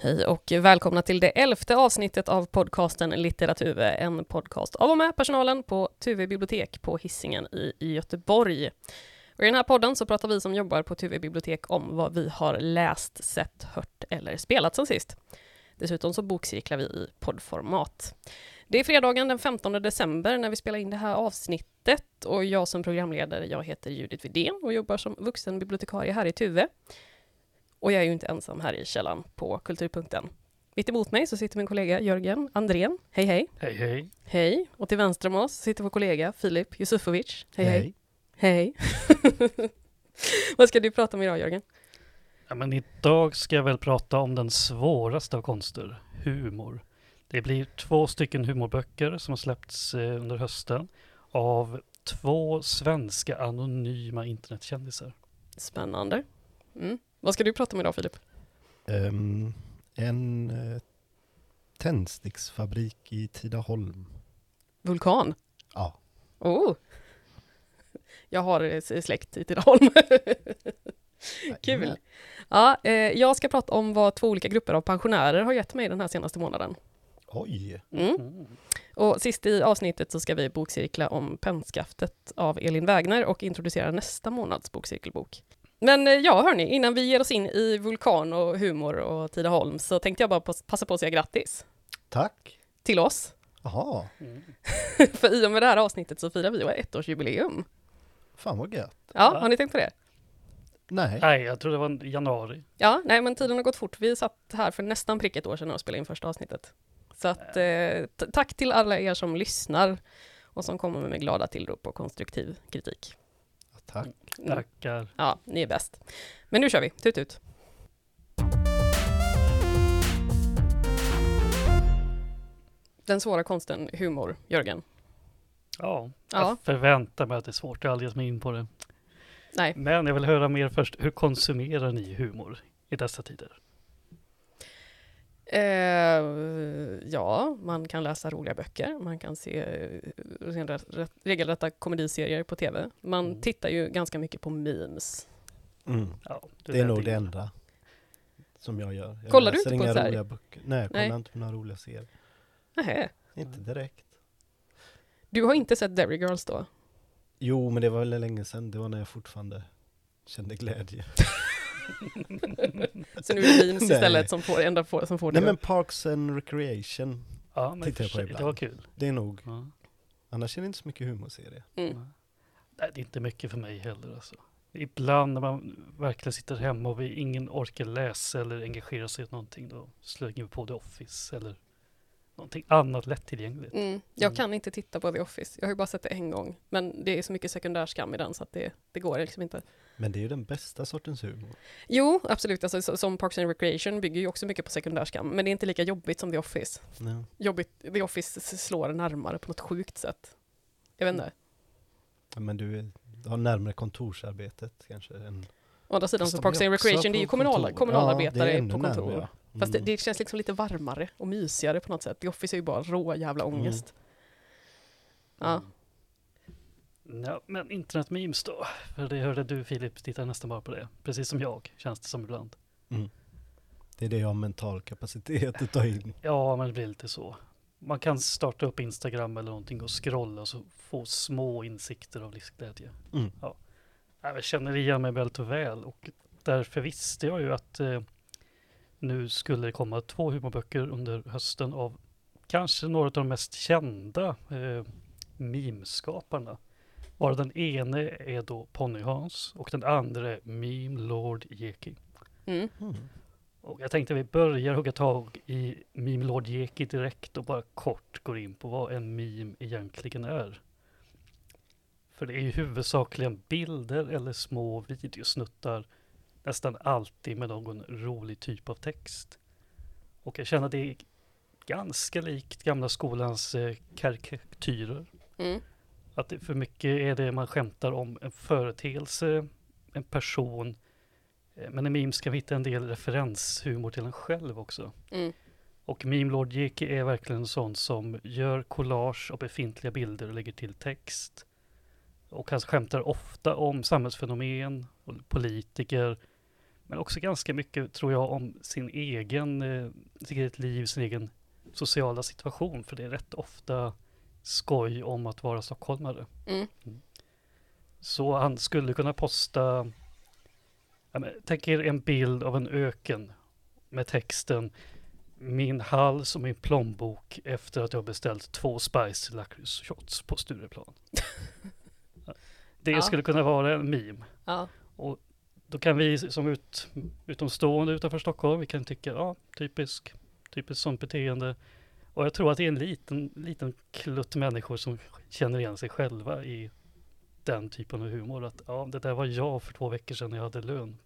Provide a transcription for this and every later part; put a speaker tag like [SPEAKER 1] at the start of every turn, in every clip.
[SPEAKER 1] Hej och välkomna till det 11:e avsnittet av podcasten Litteratur, en podcast av och med personalen på Tuve bibliotek på Hisingen i Göteborg. Och i den här podden så pratar vi som jobbar på Tuve bibliotek om vad vi har läst, sett, hört eller spelat sen sist. Dessutom så bokcirklar vi i poddformat. Det är fredagen den 15 december när vi spelar in det här avsnittet och jag som programledare, jag heter Judith Widén och jobbar som vuxenbibliotekarie här i Tuve. Och jag är ju inte ensam här i källan på Kulturpunkten. Mitt emot mig så sitter min kollega Jörgen Andrén. Hej hej.
[SPEAKER 2] Hej hej.
[SPEAKER 1] Hej. Och till vänster om oss sitter vår kollega Filip Jusufovic. Hej hej.
[SPEAKER 3] Hej.
[SPEAKER 1] Hej. Vad ska du prata om idag, Jörgen?
[SPEAKER 2] Ja, men idag ska jag väl prata om den svåraste av konster, humor. Det blir 2 stycken humorböcker som har släppts under hösten av 2 svenska anonyma internetkändisar.
[SPEAKER 1] Spännande. Vad ska du prata om idag, Filip?
[SPEAKER 3] En tändsticksfabrik i Tidaholm.
[SPEAKER 1] Vulkan?
[SPEAKER 3] Ja.
[SPEAKER 1] Oh. Jag har släkt i Tidaholm. Kul. Ja, jag ska prata om vad 2 olika grupper av pensionärer har gett mig den här senaste månaden.
[SPEAKER 3] Oj.
[SPEAKER 1] Och sist i avsnittet så ska vi bokcirkla om Pennskaftet av Elin Wägner och introducera nästa månads bokcirkelbok. Men ja, hörni, innan vi ger oss in i vulkan och humor och Tidaholm så tänkte jag bara passa på att säga grattis.
[SPEAKER 3] Tack.
[SPEAKER 1] Till oss.
[SPEAKER 3] Jaha.
[SPEAKER 1] För i och med det här avsnittet så firar vi 1-årsjubileum.
[SPEAKER 3] Fan vad gött.
[SPEAKER 1] Ja, har ni tänkt på det?
[SPEAKER 2] Nej, jag tror det var januari.
[SPEAKER 1] Ja, nej men tiden har gått fort. Vi satt här för nästan prick 1 år sedan och spelade in första avsnittet. Så att tack till alla er som lyssnar och som kommer med glada tillrop och konstruktiv kritik.
[SPEAKER 3] Tack.
[SPEAKER 2] Tackar.
[SPEAKER 1] Ja, ni är bäst. Men nu kör vi. Tut ut. Den svåra konsten humor, Jörgen.
[SPEAKER 2] Ja,
[SPEAKER 1] Ja.
[SPEAKER 2] jag förväntar mig att det är svårt. Jag har aldrig gett mig in på det.
[SPEAKER 1] Nej.
[SPEAKER 2] Men jag vill höra mer först. Hur konsumerar ni humor i dessa tider?
[SPEAKER 1] Ja, man kan läsa roliga böcker. Man kan se regelrätta komediserier på tv. Man tittar ju ganska mycket på memes.
[SPEAKER 2] Ja,
[SPEAKER 3] Det är nog det enda som jag gör. Jag
[SPEAKER 1] Kollar du
[SPEAKER 3] läser
[SPEAKER 1] inte på
[SPEAKER 3] inga
[SPEAKER 1] så här?
[SPEAKER 3] roliga böcker. Nej, jag kollar inte på några roliga serier.
[SPEAKER 1] Nähä.
[SPEAKER 3] Inte direkt.
[SPEAKER 1] Du har inte sett Derry Girls då?
[SPEAKER 3] Jo, men det var väl länge sedan. Det var när jag fortfarande kände glädje.
[SPEAKER 1] Så nu är det memes
[SPEAKER 3] Nej.
[SPEAKER 1] istället som får det.
[SPEAKER 3] Nej, men Parks and Recreation
[SPEAKER 2] Ja, men
[SPEAKER 3] tittar jag på ibland.
[SPEAKER 2] det var kul.
[SPEAKER 3] Det är nog.
[SPEAKER 2] Ja.
[SPEAKER 3] Annars är det inte så mycket humorserie.
[SPEAKER 1] Mm.
[SPEAKER 2] Nej, det är inte mycket för mig heller. Alltså. Ibland när man verkligen sitter hemma och ingen orkar läsa eller engagera sig i någonting, då slänger vi på The Office eller någonting annat lättillgängligt.
[SPEAKER 1] Jag kan inte titta på The Office. Jag har ju bara sett det en gång. Men det är så mycket sekundärskam i den så att det går liksom inte.
[SPEAKER 3] Men det är ju den bästa sortens humor.
[SPEAKER 1] Jo, absolut. Alltså, som Parks and Recreation bygger ju också mycket på sekundärskam. Men det är inte lika jobbigt som The Office.
[SPEAKER 3] Ja.
[SPEAKER 1] The Office slår närmare på något sjukt sätt. Jag vet inte.
[SPEAKER 3] Ja, men du har närmare kontorsarbetet kanske.
[SPEAKER 1] Å andra sidan
[SPEAKER 3] Fast
[SPEAKER 1] så
[SPEAKER 3] de
[SPEAKER 1] Parks
[SPEAKER 3] är
[SPEAKER 1] and
[SPEAKER 3] också
[SPEAKER 1] Recreation, det är ju
[SPEAKER 3] på kontor.
[SPEAKER 1] kommunalarbetare
[SPEAKER 3] Ja, det är ännu
[SPEAKER 1] på kontor.
[SPEAKER 3] närmare.
[SPEAKER 1] Fast det känns liksom lite varmare och mysigare på något sätt. The Office är ju bara rå jävla ångest. Ja.
[SPEAKER 2] Ja, men internetmemes då? För det hörde du, Filip, tittar nästan bara på det. Precis som jag, känns det som ibland.
[SPEAKER 3] Det är det jag har mental kapacitet att ta in.
[SPEAKER 2] Ja, men det blir lite så. Man kan starta upp Instagram eller någonting och scrolla och så få små insikter av livsglädje. Ja. Jag känner igen mig väldigt väl och därför visste jag ju att nu skulle det komma 2 humorböcker under hösten av kanske några av de mest kända memeskaparna. Var den ene är då Pony Hans och den andra är Meme Lord Jeki. Och jag tänkte vi börjar hugga tag i Meme Lord Jeki direkt och bara kort går in på vad en meme egentligen är. För det är ju huvudsakligen bilder eller små videosnuttar, nästan alltid med någon rolig typ av text. Och jag känner att det är ganska likt gamla skolans karikatyrer. Att det för mycket är det man skämtar om en företeelse, en person, men i memes kan vi hitta en del referenshumor till en själv också. Och Meme Lord Jeki är verkligen en sån som gör collage av befintliga bilder och lägger till text. Och han skämtar ofta om samhällsfenomen och politiker Men också ganska mycket, tror jag, om sitt eget liv, sin egen sociala situation. För det är rätt ofta skoj om att vara stockholmare. Så han skulle kunna posta, tänk er en bild av en öken med texten min hals och min plånbok efter att jag beställt 2 spice lakritsshots på Stureplan. Det skulle kunna vara en meme.
[SPEAKER 1] Ja.
[SPEAKER 2] Och då kan vi som utomstående utanför Stockholm, vi kan tycka, typiskt sånt beteende. Och jag tror att det är en liten klutt människor som känner igen sig själva i den typen av humor. Att det där var jag för 2 veckor sedan när jag hade lön.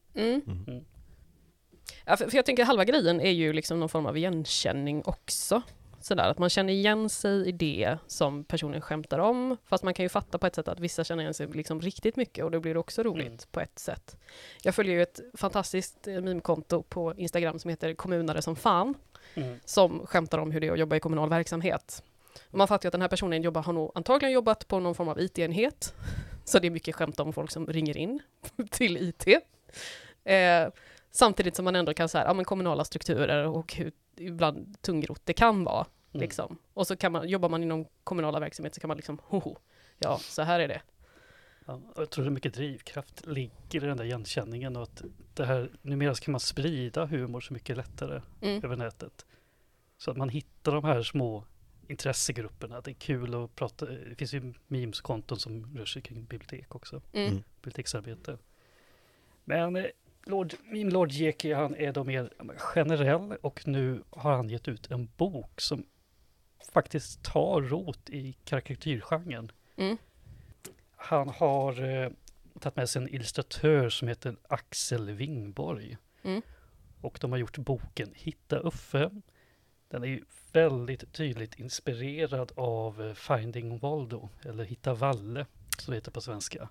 [SPEAKER 1] Ja, för jag tänker halva grejen är ju liksom någon form av igenkänning också. Sådär, att man känner igen sig i det som personen skämtar om. Fast man kan ju fatta på ett sätt att vissa känner igen sig liksom riktigt mycket och då blir det också roligt på ett sätt. Jag följer ju ett fantastiskt meme-konto på Instagram som heter Kommunare som fan. Som skämtar om hur det är att jobba i kommunal verksamhet. Och man fattar ju att den här personen har nog antagligen jobbat på någon form av IT-enhet. Så det är mycket skämt om folk som ringer in till IT. Samtidigt som man ändå kan säga, men kommunala strukturer och hur ibland tungrot det kan vara. Liksom. Och så jobbar man inom kommunala verksamhet så kan man liksom, ja, så här är det.
[SPEAKER 2] Ja, jag tror det är mycket drivkraft ligger i den där igenkänningen och att det här, numera kan man sprida humor så mycket lättare över nätet. Så att man hittar de här små intressegrupperna. Det är kul att prata, det finns ju memeskonton som rör sig kring bibliotek också. Biblioteksarbete. Men Meme Lord Jeki, han är då mer generell och nu har han gett ut en bok som faktiskt tar rot i karikatyrgenren. Han har tagit med sig en illustratör som heter Axel Wingborg. Och de har gjort boken Hitta Uffe. Den är ju väldigt tydligt inspirerad av Finding Waldo, eller Hitta Valle, som det heter på svenska.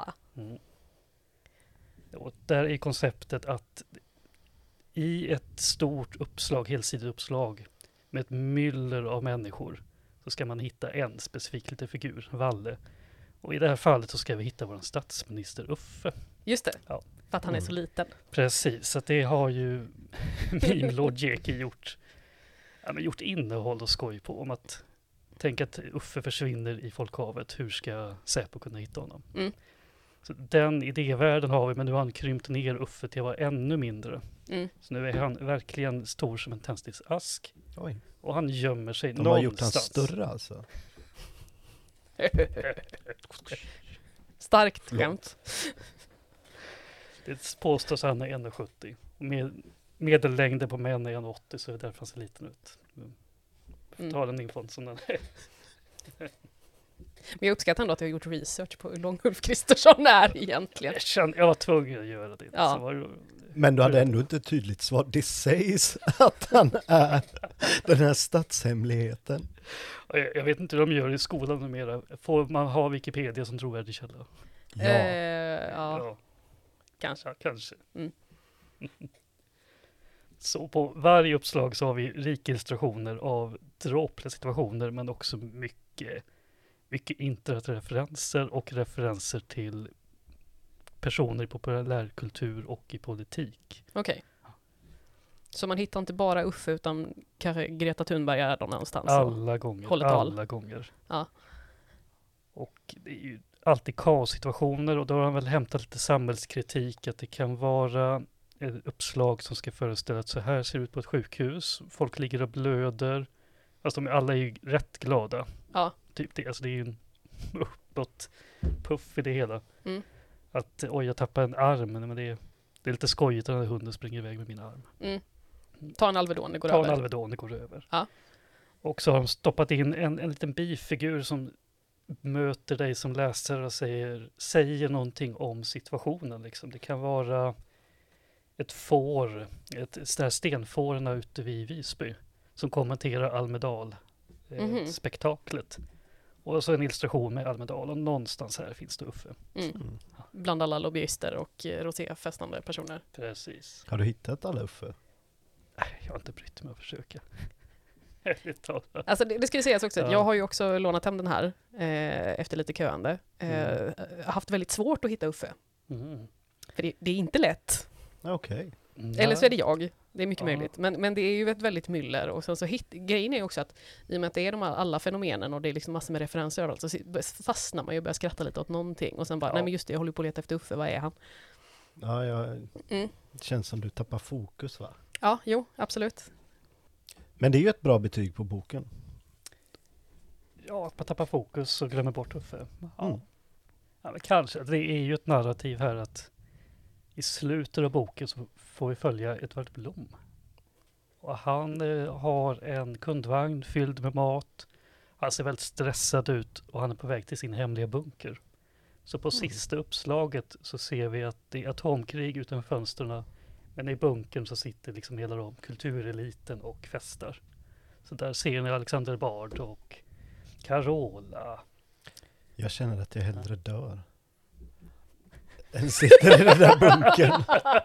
[SPEAKER 2] Och där är konceptet att i ett stort uppslag, helsideuppslag med ett myller av människor så ska man hitta en specifik liten figur, Valle. Och i det här fallet så ska vi hitta vår statsminister Uffe.
[SPEAKER 1] Just det,
[SPEAKER 2] ja.
[SPEAKER 1] För att han är så liten.
[SPEAKER 2] Precis, så det har ju Meme Lord Jeki gjort innehåll och skoj på om att tänka att Uffe försvinner i folkhavet. Hur ska Säpo kunna hitta honom? Så den idévärlden har vi, men nu har han krympt ner Uffe till att vara ännu mindre. Så nu är han verkligen stor som en tändsticksask.
[SPEAKER 3] Oj.
[SPEAKER 2] Och han gömmer sig
[SPEAKER 3] De
[SPEAKER 2] någonstans.
[SPEAKER 3] har gjort han större alltså.
[SPEAKER 1] Starkt skämt.
[SPEAKER 2] Det påstås att han är 1,70. Medellängden på män är 1,80, så är det därför han ser liten ut. Ta den infon som den är.
[SPEAKER 1] Men jag uppskattar ändå att jag har gjort research på hur lång Ulf Kristersson är egentligen.
[SPEAKER 2] Jag var tvungen att göra det.
[SPEAKER 1] Ja.
[SPEAKER 3] Men du hade ändå inte tydligt svar. Det sägs att han är den här statshemligheten.
[SPEAKER 2] Jag vet inte hur de gör i skolan numera. Får man ha Wikipedia som trovärdig källa?
[SPEAKER 1] Ja. Kanske.
[SPEAKER 2] Ja, kanske. Så på varje uppslag så har vi rika illustrationer av dråpliga situationer, men också mycket internetreferenser och referenser till personer i populärkultur och i politik.
[SPEAKER 1] Okej. Så man hittar inte bara Uffe utan kanske Greta Thunberg är någon någonstans?
[SPEAKER 2] Alla gånger.
[SPEAKER 1] Ja.
[SPEAKER 2] Och det är ju alltid kaossituationer, och då har han väl hämtat lite samhällskritik, att det kan vara ett uppslag som ska föreställa att så här ser det ut på ett sjukhus. Folk ligger och blöder. Alltså alla är ju rätt glada.
[SPEAKER 1] Ja.
[SPEAKER 2] Typ det, alltså det är ju en uppåt puff i det hela. Att jag tappar en arm, men det är lite skojigt när hunden springer iväg med min arm.
[SPEAKER 1] Ta en Alvedon, det går över.
[SPEAKER 2] Ja. Och så har de stoppat in en liten bifigur som möter dig som läsare och säger någonting om situationen. Liksom. Det kan vara ett får, stenfårorna ute vid Visby som kommenterar Almedal-spektaklet. Och så en illustration med Almedal, och någonstans här finns det Uffe.
[SPEAKER 1] Bland alla lobbyister och roséfestande personer.
[SPEAKER 2] Precis.
[SPEAKER 3] Har du hittat alla Uffe?
[SPEAKER 2] Nej, jag har inte brytt mig att försöka.
[SPEAKER 1] Alltså det ska sägas också, jag har ju också lånat hem den här efter lite köande. Haft väldigt svårt att hitta Uffe. För det är inte lätt.
[SPEAKER 3] Okej.
[SPEAKER 1] Eller så är det jag. Det är mycket
[SPEAKER 2] Ja.
[SPEAKER 1] möjligt. Men det är ju ett väldigt myller. Och sen så grejen är också att i och med att det är de här alla fenomenen och det är liksom massor med referenser överallt så fastnar man ju och börjar skratta lite åt någonting. Och sen bara, nej men just det, jag håller på att leta efter Uffe, vad är han?
[SPEAKER 3] Ja, det känns som du tappar fokus, va?
[SPEAKER 1] Ja, jo, absolut.
[SPEAKER 3] Men det är ju ett bra betyg på boken.
[SPEAKER 2] Ja, att man tappar fokus och glömmer bort Uffe. Ja.
[SPEAKER 3] Mm.
[SPEAKER 2] Ja, men kanske. Det är ju ett narrativ här att i slutet av boken så får vi följa Edvard Blom. Och han har en kundvagn fylld med mat. Han ser väldigt stressad ut och han är på väg till sin hemliga bunker. Så på sista uppslaget så ser vi att det är atomkrig utanför fönsterna. Men i bunkern så sitter liksom hela de kultureliten och festar. Så där ser ni Alexander Bard och Carola.
[SPEAKER 3] Jag känner att jag hellre dör. Den sitter i den där bunkern.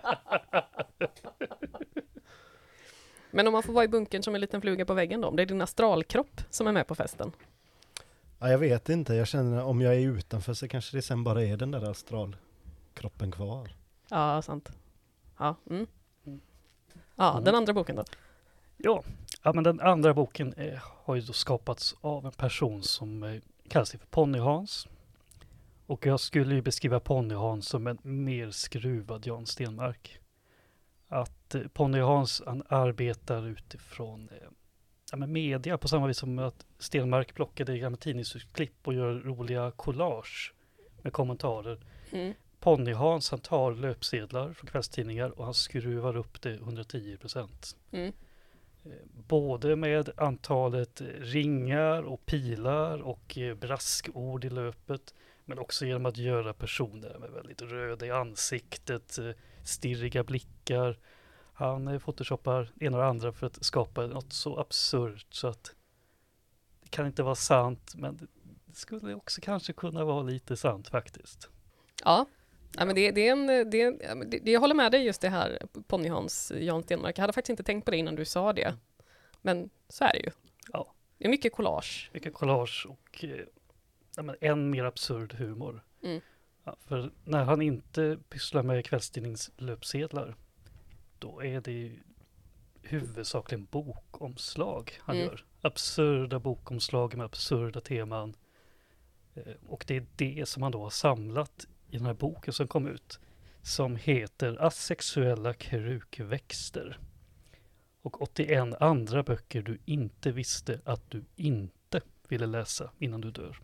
[SPEAKER 1] Men om man får vara i bunkern som en liten fluga på väggen då, om det är din astralkropp som är med på festen.
[SPEAKER 3] Ja, jag vet inte. Jag känner om jag är utanför så kanske det sen bara är den där astralkroppen kvar.
[SPEAKER 1] Ja, sant. Ja, ja den andra boken då?
[SPEAKER 2] Ja, men den andra boken har ju då skapats av en person som kallas för Ponny Hans. Och jag skulle ju beskriva Ponny Hans som en mer skruvad Jan Stenmark. Att Ponny Hans, han arbetar utifrån media på samma vis som att Stenmark plockade gamla tidningsklipp och gör roliga collage med kommentarer. Ponny Hans, han tar löpsedlar från kvällstidningar och han skruvar upp det 110%. Både med antalet ringar och pilar och braskord i löpet, men också genom att göra personer med väldigt röda i ansiktet, stirriga blickar. Han photoshoppar ena och andra för att skapa något så absurt så att det kan inte vara sant, men det skulle också kanske kunna vara lite sant faktiskt.
[SPEAKER 1] Ja. Ja, men jag håller med dig just det här Ponny Hans, Jan Stenmark. Jag hade faktiskt inte tänkt på det innan du sa det. Men så är det ju.
[SPEAKER 2] Ja.
[SPEAKER 1] Det är mycket collage.
[SPEAKER 2] Mycket collage och än mer absurd humor. Ja, för när han inte pysslar med kvällstidningslöpsedlar då är det ju huvudsakligen bokomslag han gör. Absurda bokomslag med absurda teman. Och det är det som han då har samlat i den här boken som kom ut som heter Asexuella krukväxter och 81 andra böcker du inte visste att du inte ville läsa innan du dör.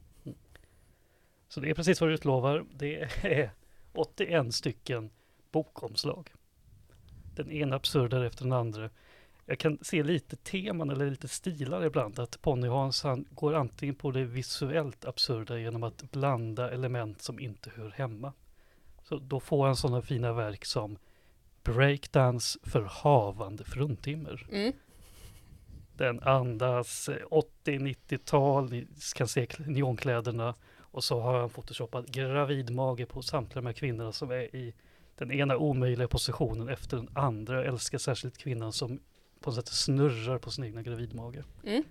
[SPEAKER 2] Så det är precis vad du utlovar. Det är 81 stycken bokomslag. Den ena absurdare efter den andra. Jag kan se lite teman eller lite stilar ibland att Ponny Hans han går antingen på det visuellt absurda genom att blanda element som inte hör hemma. Så då får han sådana fina verk som breakdance för havande fruntimmer. Den andas 80-90-tal, ni kan se neonkläderna och så har han photoshoppat gravidmage på samtliga de här kvinnorna som är i den ena omöjliga positionen efter den andra. Jag älskar särskilt kvinnan som på något sätt snurrar på sin egna gravidmage.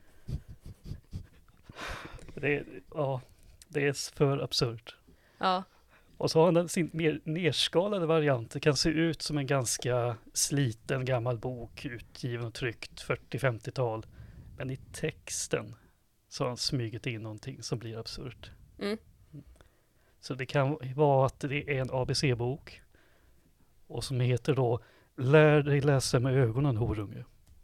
[SPEAKER 2] Det är för absurt.
[SPEAKER 1] Ja.
[SPEAKER 2] Och så har han sin mer nerskalade variant. Det kan se ut som en ganska sliten gammal bok utgiven och tryckt 40-50-tal. Men i texten så har han smugit in någonting som blir absurt. Så det kan vara att det är en ABC-bok och som heter då Lär dig läsa med ögonen, horunge.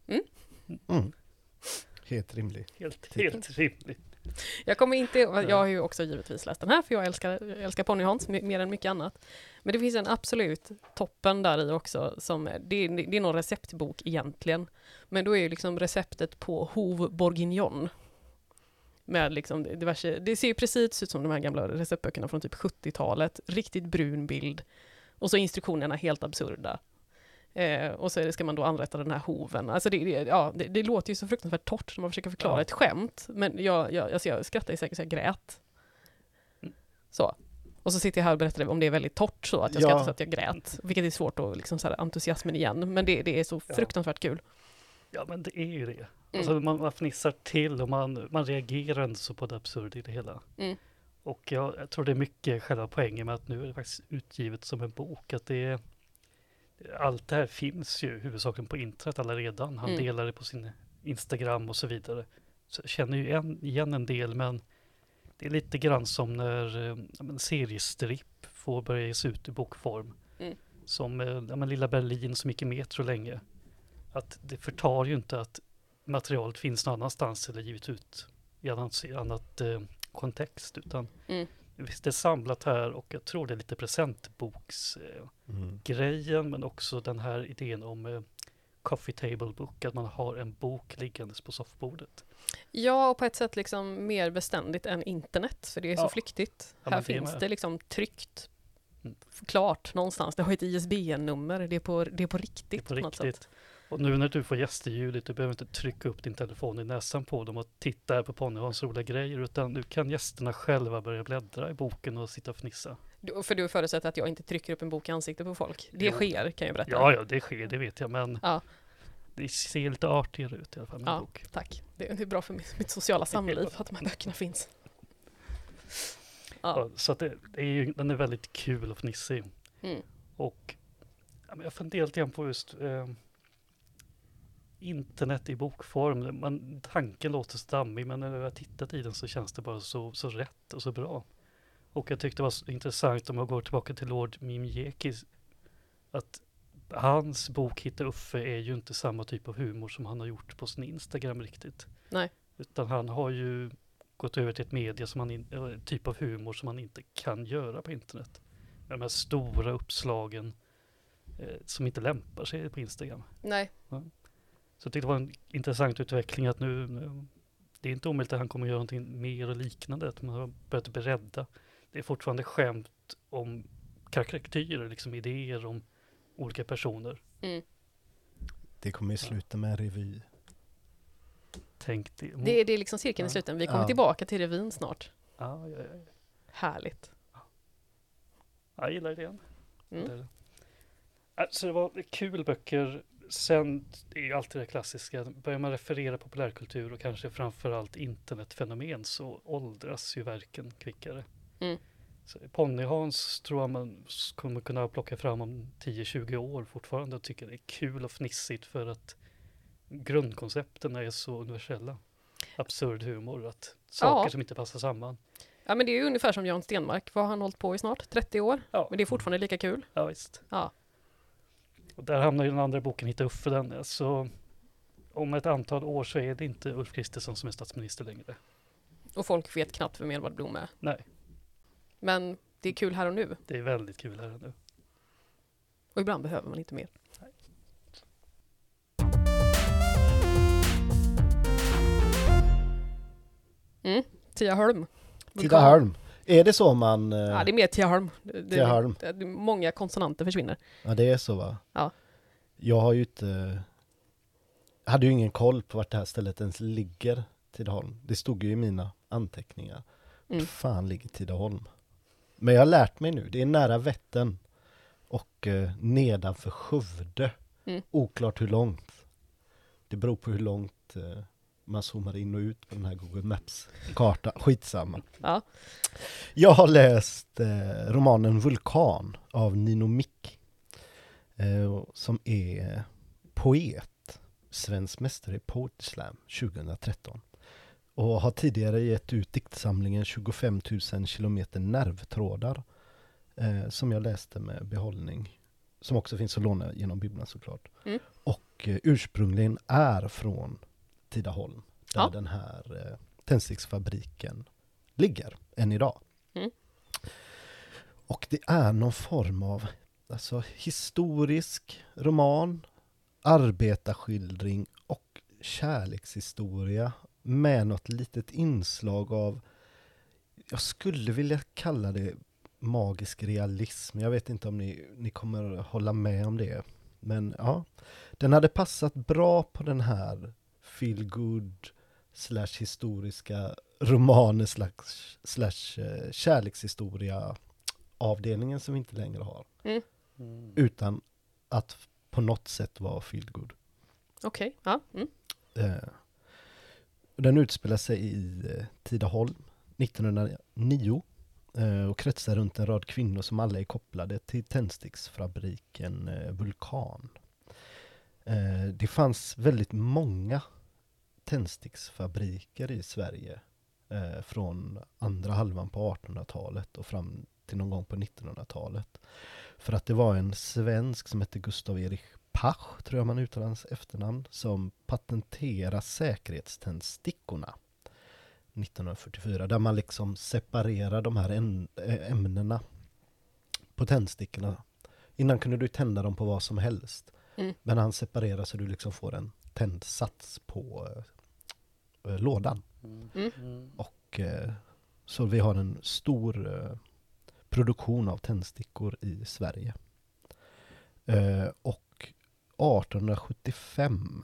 [SPEAKER 3] Helt rimligt.
[SPEAKER 2] Helt rimligt.
[SPEAKER 1] Jag har ju också givetvis läst den här för jag älskar Ponny Hans mer än mycket annat. Men det finns en absolut toppen där i också som det är någon receptbok egentligen. Men då är ju liksom receptet på Hov Bourguignon. Med liksom diverse, det ser ju precis ut som de här gamla receptböckerna från typ 70-talet. Riktigt brun bild. Och så instruktionerna helt absurda. Och så ska man då anrätta den här hoven. Alltså det låter ju så fruktansvärt torrt när man försöker förklara ett skämt. Men jag skrattar ju säkert så jag grät. Så. Och så sitter jag här och berättar om det är väldigt torrt så att jag skrattar så att jag grät. Vilket är svårt att liksom så här, entusiasmen igen. Men det är så fruktansvärt kul.
[SPEAKER 2] Ja, men det är ju det. Alltså man fnissar till och man reagerar inte så på det absurda i det hela. Och jag tror det är mycket själva poängen med att nu är det faktiskt utgivet som en bok. Att det allt det här finns ju huvudsakligen på internet alla redan. Han delar det på sin Instagram och så vidare. Så jag känner ju igen en del, men det är lite grann som när en seriestripp får börja ges ut i bokform. Som Lilla Berlin som gick i Metro länge. Att det förtar ju inte att materialet finns någon annanstans eller givet ut i annat kontext, utan visst det är samlat här, och jag tror det är lite presentboksgrejen, men också den här idén om coffee table book, att man har en bok liggandes på soffbordet.
[SPEAKER 1] Ja, och på ett sätt liksom mer beständigt än internet, för det är så flyktigt.
[SPEAKER 2] Ja,
[SPEAKER 1] här finns det liksom tryckt klart någonstans. Det har ett ISBN-nummer, det är på riktigt. Det är på riktigt. Något sätt.
[SPEAKER 2] Och nu när du får gästeljudet, du behöver inte trycka upp din telefon i näsan på dem och titta på Ponnyhans roliga grejer, utan nu kan gästerna själva börja bläddra i boken och sitta och fnissa.
[SPEAKER 1] För du förutsätter att jag inte trycker upp en bok i ansiktet på folk. Det sker, kan jag berätta.
[SPEAKER 2] Ja, det sker, det vet jag, men det ser lite artigare ut i alla fall med en bok.
[SPEAKER 1] Tack. Det är bra för mitt sociala samliv att de här böckerna finns.
[SPEAKER 2] Ja, så att den är väldigt kul och fnissig. Och jag funderar lite grann på just internet i bokform. Tanken låter så dammig, men när jag har tittat i den så känns det bara så rätt och så bra. Och jag tyckte det var så intressant, om jag går tillbaka till Lord Mimjeki, att hans bok Hitta Uffe är ju inte samma typ av humor som han har gjort på sin Instagram riktigt.
[SPEAKER 1] Nej.
[SPEAKER 2] Utan han har ju gått över till ett media typ av humor som man inte kan göra på internet. Med de här stora uppslagen som inte lämpar sig på Instagram.
[SPEAKER 1] Nej.
[SPEAKER 2] Ja. Så jag tyckte det var en intressant utveckling att nu det är inte omöjligt att han kommer att göra någonting mer och liknande, att man har börjat beredda. Det är fortfarande skämt om karaktärer, liksom idéer om olika personer.
[SPEAKER 3] Det kommer ju sluta med revy.
[SPEAKER 1] Tänk det. Det är liksom cirkeln i sluten. Vi kommer tillbaka till revyn snart.
[SPEAKER 2] Ja.
[SPEAKER 1] Härligt.
[SPEAKER 2] Jag gillar idén. Så det var kul böcker. Sen är ju alltid det klassiska. Börjar man referera populärkultur och kanske framförallt internetfenomen, så åldras ju verken kvickare. Så Ponnyhans tror jag man kommer kunna plocka fram om 10-20 år fortfarande och tycker det är kul och fnissigt, för att grundkoncepten är så universella. Absurd humor, att saker som inte passar samman.
[SPEAKER 1] Ja, men det är ju ungefär som Jan Stenmark. Vad har han hållit på i snart? 30 år? Ja. Men det är fortfarande lika kul.
[SPEAKER 2] Ja, visst.
[SPEAKER 1] Ja.
[SPEAKER 2] Och där hamnar ju den andra boken Hitta Uffe den. Så om ett antal år så är det inte Ulf Kristersson som är statsminister längre.
[SPEAKER 1] Och folk vet knappt vem Edvard Blom är.
[SPEAKER 2] Nej.
[SPEAKER 1] Men det är kul här och nu.
[SPEAKER 2] Det är väldigt kul här och nu.
[SPEAKER 1] Och ibland behöver man inte mer. Nej. Tidaholm.
[SPEAKER 3] Tidaholm. Är det så man...
[SPEAKER 1] Ja, det är mer Tidaholm.
[SPEAKER 3] Tidaholm.
[SPEAKER 1] Många konsonanter försvinner.
[SPEAKER 3] Ja, det är så, va?
[SPEAKER 1] Ja.
[SPEAKER 3] Jag har ju hade ju ingen koll på vart det här stället ens ligger, Tidaholm. Det stod ju i mina anteckningar. Fan ligger Tidaholm. Men jag har lärt mig nu. Det är nära Vättern. Och nedanför Skövde. Oklart hur långt. Det beror på hur långt... man zoomar in och ut på den här Google Maps-karta. Skitsamma.
[SPEAKER 1] Ja.
[SPEAKER 3] Jag har läst romanen Vulkan av Nino Mick. Som är poet. Svensk mästare i Poetry Slam 2013. Och har tidigare gett ut diktsamlingen 25 000 kilometer nervtrådar. Som jag läste med behållning. Som också finns att låna genom bibblan såklart. Och ursprungligen är från Tidaholm, där den här tändsticksfabriken ligger än idag. Och det är någon form av historisk roman, arbetarskildring och kärlekshistoria med något litet inslag av, jag skulle vilja kalla det magisk realism. Jag vet inte om ni kommer hålla med om det. Men ja, den hade passat bra på den här feel good / historiska romaner / kärlekshistoria avdelningen som vi inte längre har. Utan att på något sätt vara feel good.
[SPEAKER 1] Okej, ja.
[SPEAKER 3] Den utspelar sig i Tidaholm 1909. och kretsar runt en rad kvinnor som alla är kopplade till tändsticksfabriken Vulkan. Det fanns väldigt många tändsticksfabriker i Sverige från andra halvan på 1800-talet och fram till någon gång på 1900-talet. För att det var en svensk som hette Gustav Erik Pach, tror jag man uttalar hans efternamn, som patenterade säkerhetständstickorna 1944, där man liksom separerar de här ämnena på tändstickorna. Innan kunde du tända dem på vad som helst. Men han separerar så du liksom får en tändsats på lådan. Och så vi har en stor produktion av tändstickor i Sverige. Och 1875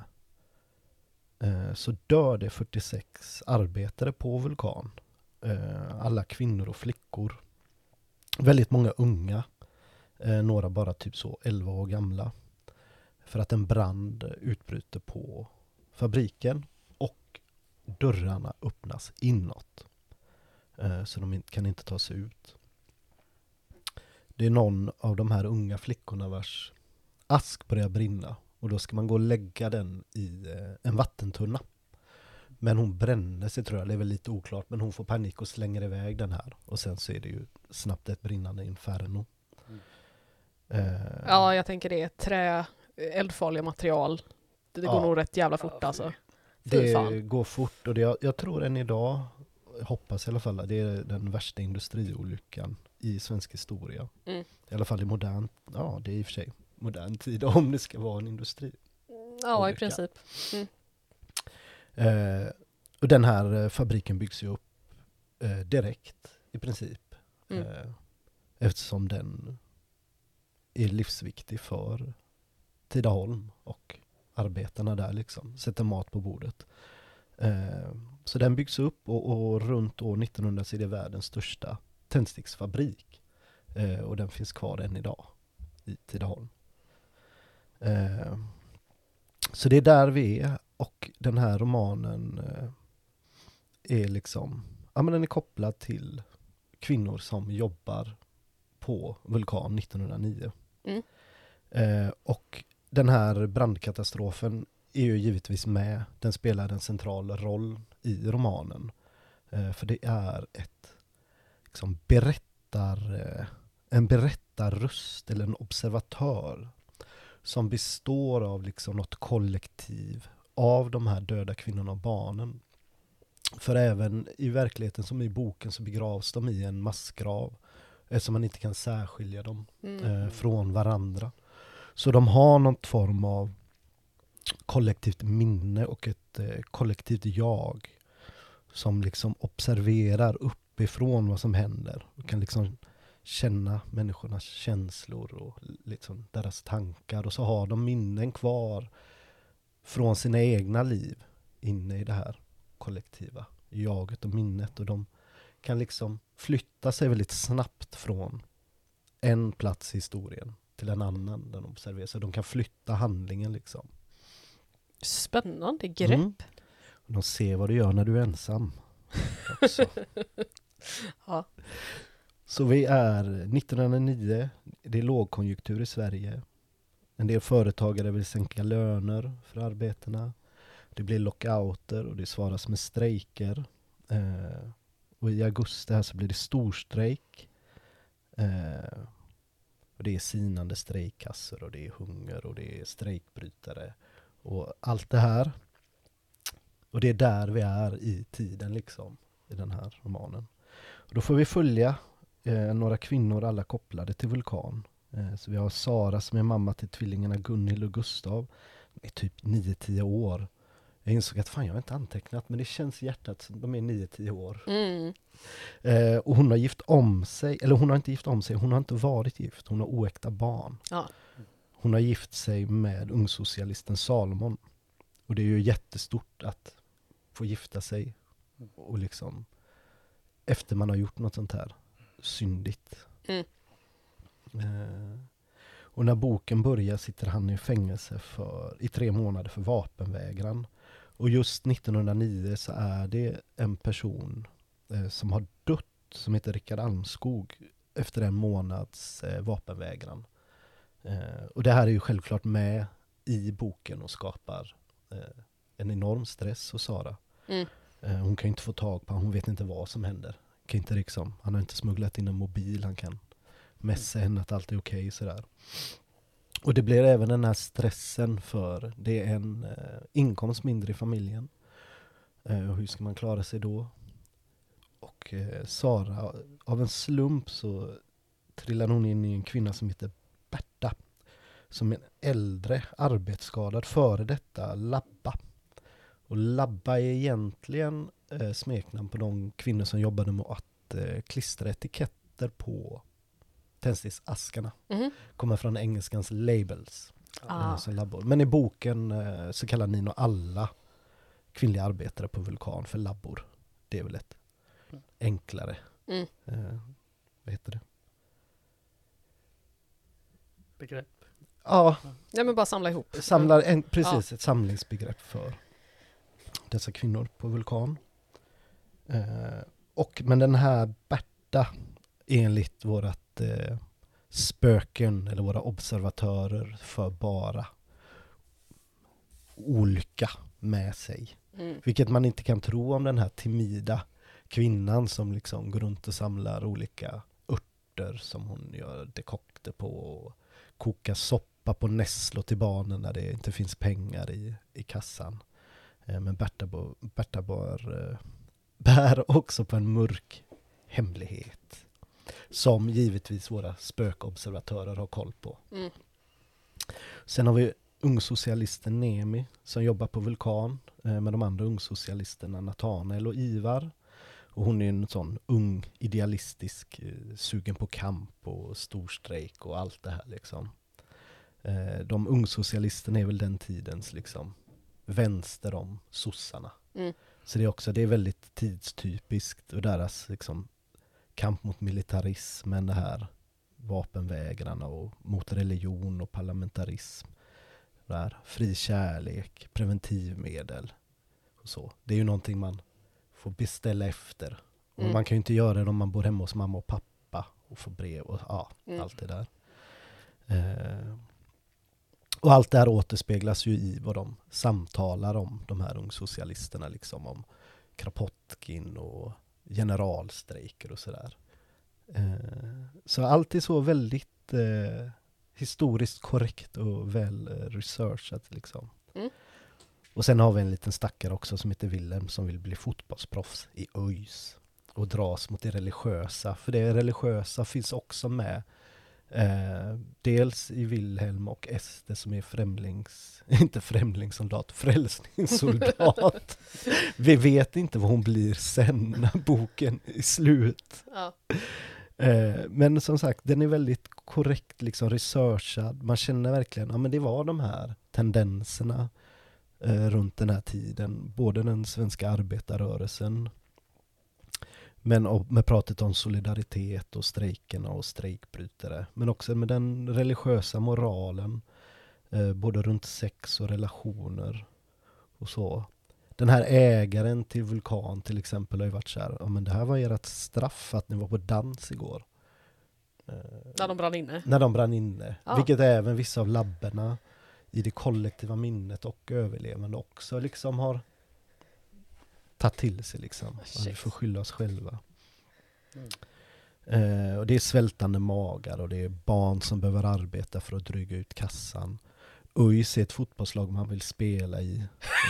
[SPEAKER 3] så dör det 46 arbetare på Vulkan. Alla kvinnor och flickor. Väldigt många unga. Några bara typ så 11 år gamla. För att en brand utbryter på fabriken och dörrarna öppnas inåt. Så de kan inte ta sig ut. Det är någon av de här unga flickorna vars ask börjar brinna. Och då ska man gå och lägga den i en vattentunna. Men hon bränner sig, tror jag. Det är väl lite oklart. Men hon får panik och slänger iväg den här. Och sen så är det ju snabbt ett brinnande inferno.
[SPEAKER 1] Ja, jag tänker det. Trä, eldfarliga material. Det går nog rätt jävla fort alltså.
[SPEAKER 3] Det går fort. Och jag tror än idag, hoppas i alla fall, det är den värsta industriolyckan i svensk historia. I alla fall i modern, det är i och för sig modern tid om det ska vara en industri.
[SPEAKER 1] Ja, i princip.
[SPEAKER 3] Och den här fabriken byggs ju upp direkt i princip. Eftersom den är livsviktig för Tidaholm och arbetarna där liksom. Sätter mat på bordet. Så den byggs upp och runt år 1900 så är det världens största tändsticksfabrik. Och den finns kvar än idag i Tidaholm. Så det är där vi är, och den här romanen är liksom, men den är kopplad till kvinnor som jobbar på Vulkan 1909. Och den här brandkatastrofen är ju givetvis med. Den spelar en central roll i romanen. För det är ett liksom en berättarröst eller en observatör som består av liksom något kollektiv av de här döda kvinnorna och barnen. För även i verkligheten som i boken så begravs de i en massgrav, eftersom man inte kan särskilja dem från varandra. Så de har någon form av kollektivt minne och ett kollektivt jag som liksom observerar uppifrån vad som händer och kan liksom känna människornas känslor och liksom deras tankar, och så har de minnen kvar från sina egna liv inne i det här kollektiva jaget och minnet, och de kan liksom flytta sig väldigt snabbt från en plats i historien till en annan där de observerar, så de kan flytta handlingen liksom.
[SPEAKER 1] Spännande grepp.
[SPEAKER 3] Och de ser vad du gör när du är ensam också.
[SPEAKER 1] Ja.
[SPEAKER 3] Så vi är 1909, det är lågkonjunktur i Sverige. En del företagare vill sänka löner för arbetarna. Det blir lockouter och det svaras med strejker. Och i augusti här så blir det storstrejk. Och det är sinande strejkkassor och det är hunger och det är strejkbrytare. Och allt det här. Och det är där vi är i tiden liksom, i den här romanen. Och då får vi följa några kvinnor, alla kopplade till Vulkan. Så vi har Sara som är mamma till tvillingarna Gunhild och Gustav. De är typ 9-10 år. Jag insåg att jag har inte antecknat, men det känns i hjärtat som de är 9-10 år. Och hon har gift om sig, eller hon har inte gift om sig, hon har inte varit gift, hon har oäkta barn.
[SPEAKER 1] Ja.
[SPEAKER 3] Hon har gift sig med ungsocialisten Salomon. Och det är ju jättestort att få gifta sig och liksom efter man har gjort något sånt här syndigt. Och när boken börjar sitter han i fängelse i 3 månader för vapenvägran. Och just 1909 så är det en person som har dött som heter Rickard Almskog efter en månads vapenvägran. Och det här är ju självklart med i boken och skapar en enorm stress hos Sara. Hon kan inte få tag på, hon vet inte vad som händer. Kan inte liksom, han har inte smugglat in en mobil, han kan mässa henne att allt är okej, sådär. Och det blir även den här stressen för det är en inkomst mindre i familjen. Hur ska man klara sig då? Och Sara, av en slump så trillar hon in i en kvinna som heter Berta. Som är en äldre arbetsskadad före detta Labba. Och Labba är egentligen smeknamn på de kvinnor som jobbade med att klistra etiketter på tändsticksaskarna. Kommer från engelskans labels. Som labbor. Men i boken så kallar Nino alla kvinnliga arbetare på Vulkan för labbor. Det är väl ett enklare vad heter det?
[SPEAKER 2] Begrepp.
[SPEAKER 3] Ja,
[SPEAKER 1] men bara samla ihop.
[SPEAKER 3] Precis, ett samlingsbegrepp för dessa kvinnor på Vulkan. Men den här Berta, enligt vårat spöken eller våra observatörer, för bara olycka med sig. Vilket man inte kan tro om den här timida kvinnan som liksom går runt och samlar olika örter som hon gör dekokter på och kokar soppa på nässlor till barnen när det inte finns pengar i kassan. Men Berta bär också på en mörk hemlighet som givetvis våra spökobservatörer har koll på. Sen har vi ungsocialisten Nemi som jobbar på Vulkan med de andra ungsocialisterna Nathanael och Ivar. Och hon är en sån ung, idealistisk, sugen på kamp och storstrejk och allt det här liksom. De ungsocialisterna är väl den tidens liksom vänster om sossarna. Så det är väldigt tidstypiskt och deras liksom kamp mot militarismen, det här vapenvägrarna och mot religion och parlamentarism. Där, fri kärlek, preventivmedel och så. Det är ju någonting man får beställa efter. Och man kan ju inte göra det om man bor hemma hos mamma och pappa och får brev och allt det där. Och allt det här återspeglas ju i vad de samtalar om, de här ungsocialisterna, liksom om Kropotkin och generalstrejker och sådär. Så allt är så väldigt historiskt korrekt och väl researchat liksom. Och sen har vi en liten stackare också som heter Wilhelm som vill bli fotbollsproffs i ÖIS och dras mot det religiösa. För det religiösa finns också med. Dels i Wilhelm och Ester som är frälsningssoldat. Vi vet inte vad hon blir sen när boken är slut. Men som sagt, den är väldigt korrekt liksom researchad. Man känner verkligen, men det var de här tendenserna runt den här tiden. Både den svenska arbetarrörelsen, men med pratet om solidaritet och strejkerna och strejkbrytare. Men också med den religiösa moralen. Både runt sex och relationer och så. Den här ägaren till Vulkan till exempel har ju varit så här, men det här var ert straff att ni var på dans igår.
[SPEAKER 1] När de brann inne.
[SPEAKER 3] Vilket även vissa av labberna i det kollektiva minnet och överlevande också liksom har tagit till sig liksom. Vi får skylla oss själva. Och det är svältande magar och det är barn som behöver arbeta för att dryga ut kassan. ÖIS är ett fotbollslag man vill spela i.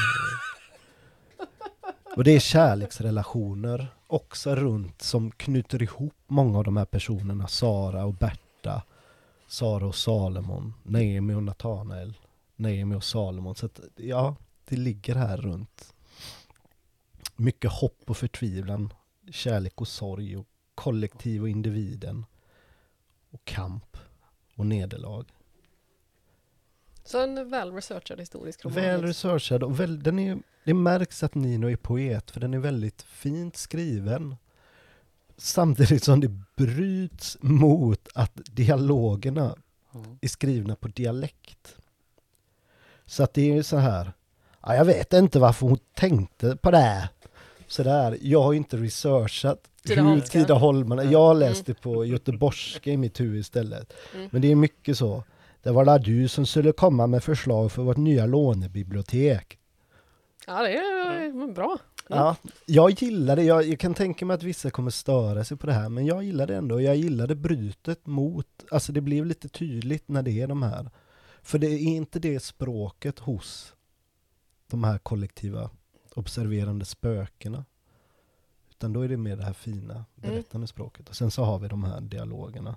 [SPEAKER 3] Och det är kärleksrelationer också runt som knyter ihop många av de här personerna. Sara och Berta, Sara och Salomon, Naomi och Nathanael, Naomi och Salomon. Så att, det ligger här runt. Mycket hopp och förtvivlan, kärlek och sorg och kollektiv och individen och kamp och nederlag.
[SPEAKER 1] Så en väl-researchad historisk roman.
[SPEAKER 3] Väl-researchad och det märks att Nino är poet för den är väldigt fint skriven. Samtidigt som det bryts mot att dialogerna är skrivna på dialekt. Så att det är ju så här, jag vet inte varför hon tänkte på det. sådär. Jag har inte researchat hur
[SPEAKER 1] Tidaholmska.
[SPEAKER 3] Tidaholmarna, jag har läst det på göteborgska i mitt huvud istället. Men det är mycket så. Det var där du som skulle komma med förslag för vårt nya lånebibliotek.
[SPEAKER 1] Ja, det är bra.
[SPEAKER 3] Ja, jag gillar det. Jag kan tänka mig att vissa kommer störa sig på det här, men jag gillar det ändå. Jag gillade brytet mot, alltså det blev lite tydligt när det är de här. För det är inte det språket hos de här kollektiva observerande spökena. Utan då är det mer det här fina berättande språket. Och sen så har vi de här dialogerna.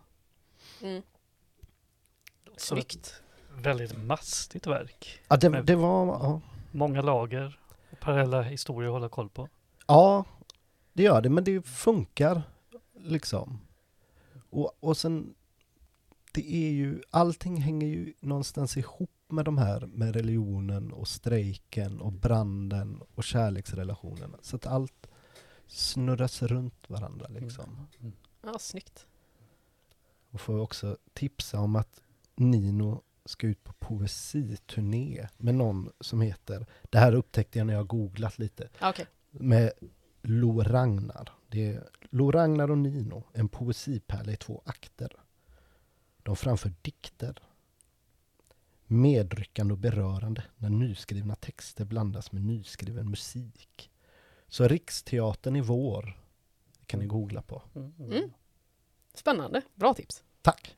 [SPEAKER 1] Snyggt.
[SPEAKER 2] Väldigt mastigt verk.
[SPEAKER 3] Ja, det var... Ja.
[SPEAKER 2] Många lager och parallella historier att hålla koll på.
[SPEAKER 3] Ja, det gör det. Men det funkar liksom. Och sen... Det är ju... Allting hänger ju någonstans ihop med de här. Med religionen och strejken och branden och kärleksrelationerna. Så att allt snurras runt varandra liksom.
[SPEAKER 1] Ja, snyggt.
[SPEAKER 3] Och får också tipsa om att Nino ska ut på poesiturné med någon som heter, det här upptäckte jag när jag googlat lite,
[SPEAKER 1] Okay.
[SPEAKER 3] med Lo Ragnar. Det är Lo Ragnar och Nino, en poesipärla i 2 akter. De framför dikter. Medryckande och berörande när nyskrivna texter blandas med nyskriven musik. Så Riksteatern i vår kan ni googla på.
[SPEAKER 1] Spännande. Bra tips.
[SPEAKER 3] Tack!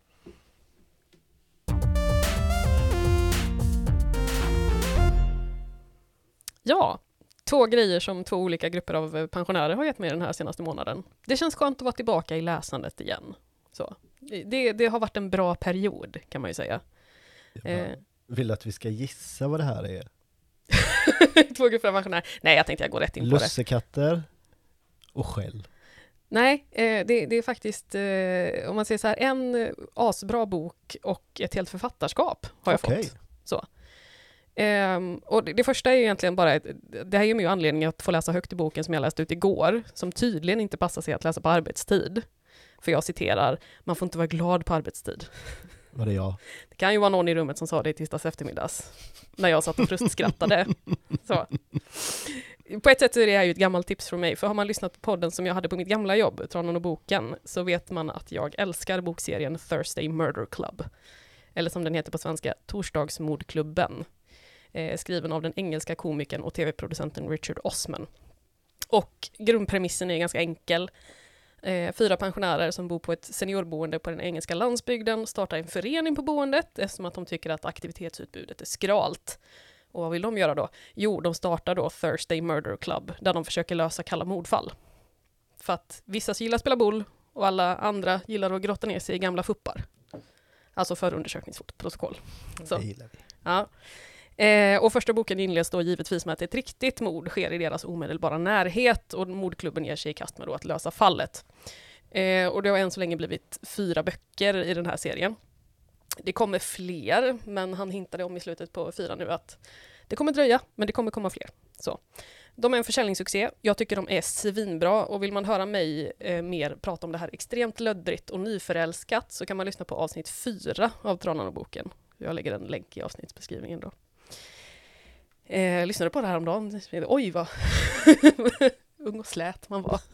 [SPEAKER 1] Ja, 2 grejer som 2 olika grupper av pensionärer har gett mig den här senaste månaden. Det känns skönt att vara tillbaka i läsandet igen. Så. Det har varit en bra period, kan man ju säga.
[SPEAKER 3] Jag vill att vi ska gissa vad det här är.
[SPEAKER 1] 2 grupper av pensionärer. Nej, jag tänkte jag går rätt in på det.
[SPEAKER 3] Lussekatter och skäll.
[SPEAKER 1] Nej, det är faktiskt, om man säger så här, en asbra bok och ett helt författarskap har jag fått. Så. Och det första är ju egentligen bara, det här är ju ju anledningen att få läsa högt i boken som jag läste ut igår, som tydligen inte passar sig att läsa på arbetstid. För jag citerar, man får inte vara glad på arbetstid.
[SPEAKER 3] Var det jag?
[SPEAKER 1] Det kan ju vara någon i rummet som sa det i tisdags eftermiddags, när jag satt och frustskrattade. Så. På ett sätt är det här ju ett gammalt tips från mig, för har man lyssnat på podden som jag hade på mitt gamla jobb, Tranan och boken, så vet man att jag älskar bokserien Thursday Murder Club. Eller som den heter på svenska, Torsdagsmordklubben. Skriven av den engelska komikern och tv-producenten Richard Osman. Och grundpremissen är ganska enkel. 4 pensionärer som bor på ett seniorboende på den engelska landsbygden startar en förening på boendet eftersom att de tycker att aktivitetsutbudet är skralt. Och vad vill de göra då? Jo, de startar då Thursday Murder Club där de försöker lösa kalla mordfall. För att vissa gillar att spela boll och alla andra gillar att grotta ner sig i gamla fuppar. Alltså förundersökningsprotokoll.
[SPEAKER 3] Det gillar vi.
[SPEAKER 1] Ja. Och första boken inleds då givetvis med att ett riktigt mord sker i deras omedelbara närhet och mordklubben ger sig i kast med då att lösa fallet. Och det har än så länge blivit 4 böcker i den här serien. Det kommer fler, men han hintade om i slutet på 4 nu att det kommer dröja, men det kommer komma fler. Så. De är en försäljningssuccé. Jag tycker de är svinbra och vill man höra mig mer prata om det här extremt löddrigt och nyförälskat så kan man lyssna på avsnitt 4 av Tranan och boken. Jag lägger en länk i avsnittsbeskrivningen då. Lyssnade på det här om dagen. Oj, vad ung och slät man var.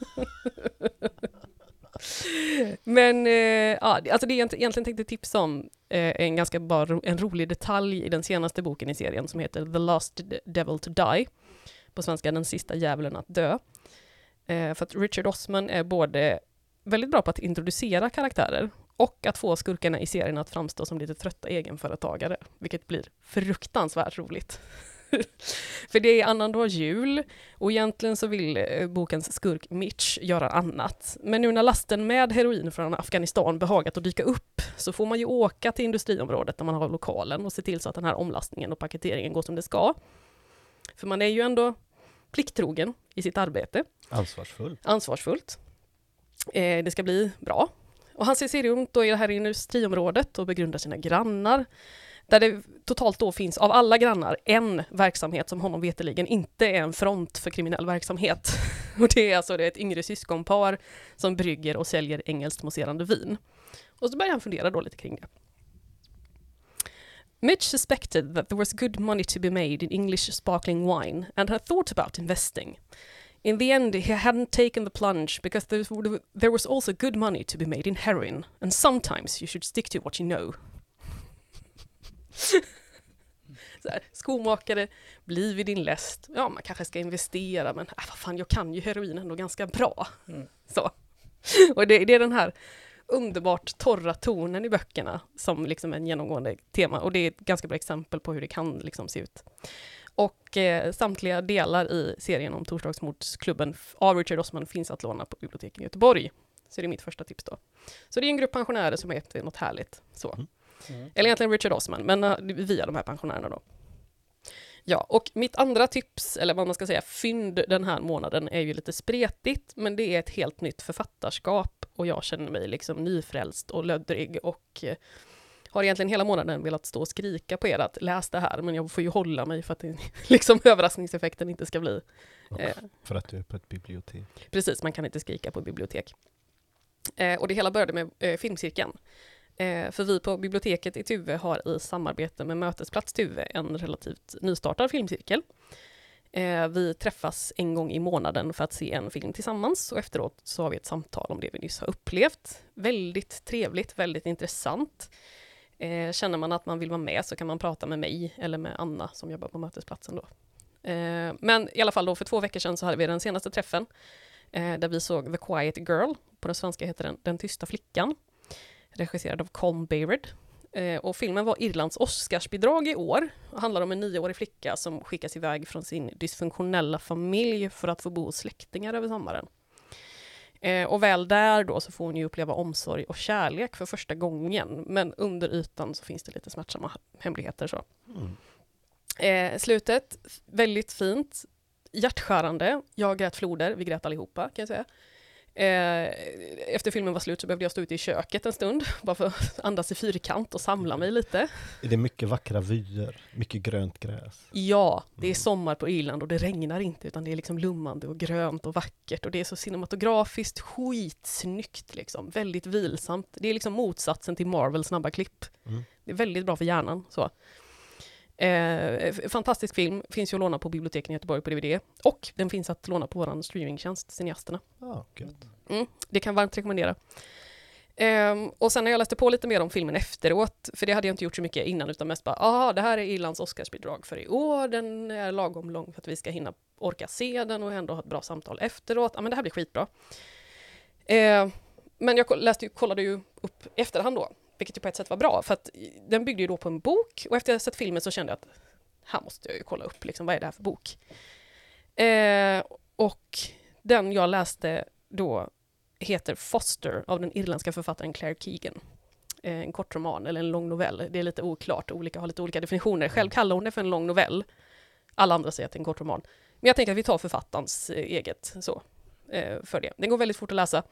[SPEAKER 1] Men ja, alltså det jag egentligen tänkte tipsa om en ganska bara en rolig detalj i den senaste boken i serien som heter The Last Devil to Die. På svenska Den sista djävulen att dö. För att Richard Osman är både väldigt bra på att introducera karaktärer och att få skurkarna i serien att framstå som lite trötta egenföretagare, vilket blir fruktansvärt roligt. För det är annandag jul och egentligen så vill bokens skurk Mitch göra annat. Men nu när lasten med heroin från Afghanistan behagat att dyka upp så får man ju åka till industriområdet där man har lokalen och se till så att den här omlastningen och paketeringen går som det ska. För man är ju ändå plikttrogen i sitt arbete. Ansvarsfullt. Det ska bli bra. Och han ser sig runt då i det här industriområdet och begrundar sina grannar. Där det totalt då finns av alla grannar en verksamhet som honom veteligen inte är en front för kriminell verksamhet. Och det är alltså ett yngre syskonpar som brygger och säljer engelskt mousserande vin. Och så börjar han fundera då lite kring det. Mitch suspected that there was good money to be made in English sparkling wine and had thought about investing. In the end, he hadn't taken the plunge because there was also good money to be made in heroin. And sometimes you should stick to what you know. Så här, skomakare, bli vid din läst. Ja, man kanske ska investera, men vad fan, jag kan ju heroin ändå ganska bra. Så. Och det är den här underbart torra tonen i böckerna som liksom en genomgående tema. Och det är ett ganska bra exempel på hur det kan liksom se ut. Och samtliga delar i serien om Torsdagsmordsklubben av Richard Osman finns att låna på biblioteket i Göteborg. Så det är mitt första tips då. Så det är en grupp pensionärer som heter något härligt. Så. Eller egentligen Richard Osman, men via de här pensionärerna då. Ja, och mitt andra tips, eller vad man ska säga, fynd den här månaden är ju lite spretigt, men det är ett helt nytt författarskap och jag känner mig liksom nyfrälst och löddrig och har egentligen hela månaden velat stå och skrika på er att läs det här, men jag får ju hålla mig för att liksom överraskningseffekten inte ska bli...
[SPEAKER 3] För att du är på ett bibliotek.
[SPEAKER 1] Precis, man kan inte skrika på bibliotek. Och det hela började med filmcirkeln. För vi på biblioteket i Tuve har i samarbete med Mötesplats Tuve en relativt nystartad filmcirkel. Vi träffas en gång i månaden för att se en film tillsammans och efteråt så har vi ett samtal om det vi nyss har upplevt. Väldigt trevligt, väldigt intressant. Känner man att man vill vara med så kan man prata med mig eller med Anna som jobbar på Mötesplatsen då. Men i alla fall då för 2 veckor sedan så hade vi den senaste träffen där vi såg The Quiet Girl, på den svenska heter den Den tysta flickan, regisserad av Colm Bayard. Och filmen var Irlands Oscarsbidrag i år och handlar om en 9-årig flicka som skickas iväg från sin dysfunktionella familj för att få bo hos släktingar över sommaren. Och väl där då så får hon ju uppleva omsorg och kärlek för första gången, men under ytan så finns det lite smärtsamma hemligheter så. Slutet, väldigt fint, hjärtskärande, jag grät floder, vi grät allihopa kan jag säga. Efter filmen var slut så behövde jag stå ute i köket en stund bara för att andas i fyrkant och samla mig lite.
[SPEAKER 3] Är det mycket vackra vyer? Mycket grönt gräs?
[SPEAKER 1] Ja, det är sommar på Irland och det regnar inte utan det är liksom lummande och grönt och vackert och det är så cinematografiskt skitsnyggt liksom, väldigt vilsamt. Det är liksom motsatsen till Marvels snabba klipp. Det är väldigt bra för hjärnan så. Fantastisk film, finns ju att låna på biblioteken i Göteborg på DVD och den finns att låna på våran streamingtjänst Cineasterna. Det kan varmt rekommendera. Och sen när jag läste på lite mer om filmen efteråt, för det hade jag inte gjort så mycket innan utan mest bara, det här är Irlands Oscarsbidrag för i år, den är lagom lång för att vi ska hinna orka se den och ändå ha ett bra samtal efteråt. Men det här blir skitbra. Men jag kollade ju upp efterhand då, vilket ju på ett sätt var bra, för att den byggde ju då på en bok och efter att jag sett filmen så kände jag att här måste jag ju kolla upp, liksom, vad är det här för bok? Och den jag läste då heter Foster av den irländska författaren Claire Keegan. En kort roman eller en lång novell, det är lite oklart, har lite olika definitioner. Själv kallar hon det för en lång novell. Alla andra säger att det är en kort roman. Men jag tänker att vi tar författarens eget så för det. Den går väldigt fort att läsa.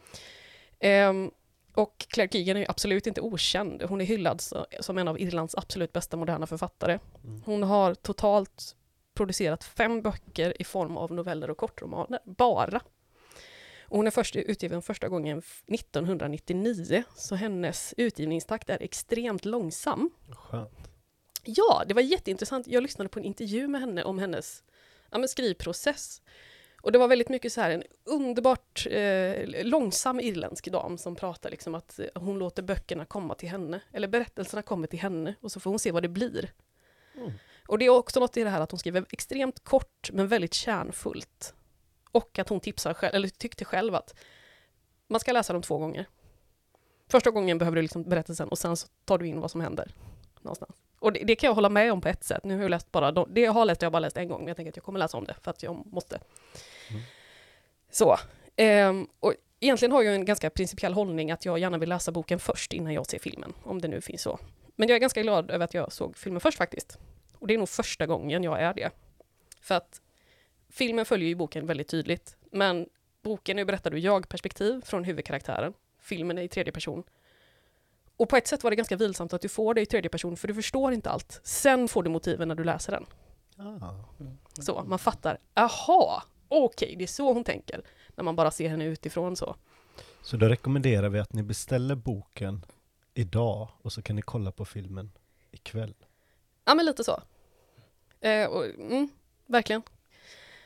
[SPEAKER 1] Och Claire Keegan är ju absolut inte okänd. Hon är hyllad som en av Irlands absolut bästa moderna författare. Hon har totalt producerat 5 böcker i form av noveller och kortromaner. Bara. Och hon är utgiven första gången 1999. Så hennes utgivningstakt är extremt långsam.
[SPEAKER 3] Skönt.
[SPEAKER 1] Ja, det var jätteintressant. Jag lyssnade på en intervju med henne om hennes skrivprocess. Och det var väldigt mycket så här en underbart långsam irländsk dam som pratar liksom att hon låter böckerna komma till henne. Eller berättelserna kommer till henne och så får hon se vad det blir. Och det är också något i det här att hon skriver extremt kort men väldigt kärnfullt. Och att hon tyckte själv att man ska läsa dem 2 gånger. Första gången behöver du liksom berättelsen och sen så tar du in vad som händer någonstans. Och det kan jag hålla med om på ett sätt. Nu har jag läst det jag har bara läst en gång, men jag tänker att jag kommer läsa om det för att jag måste. Så. Och egentligen har jag en ganska principiell hållning att jag gärna vill läsa boken först innan jag ser filmen, om det nu finns så. Men jag är ganska glad över att jag såg filmen först faktiskt. Och det är nog första gången jag är det. För att filmen följer ju boken väldigt tydligt, men boken är berättad ur jag-perspektiv från huvudkaraktären. Filmen är i 3:e person. Och på ett sätt var det ganska vilsamt att du får det i 3:e person, för du förstår inte allt. Sen får du motiven när du läser den. Så, man fattar. Aha, okej, det är så hon tänker. När man bara ser henne utifrån så.
[SPEAKER 3] Så då rekommenderar vi att ni beställer boken idag och så kan ni kolla på filmen ikväll.
[SPEAKER 1] Ja, men lite så. Verkligen.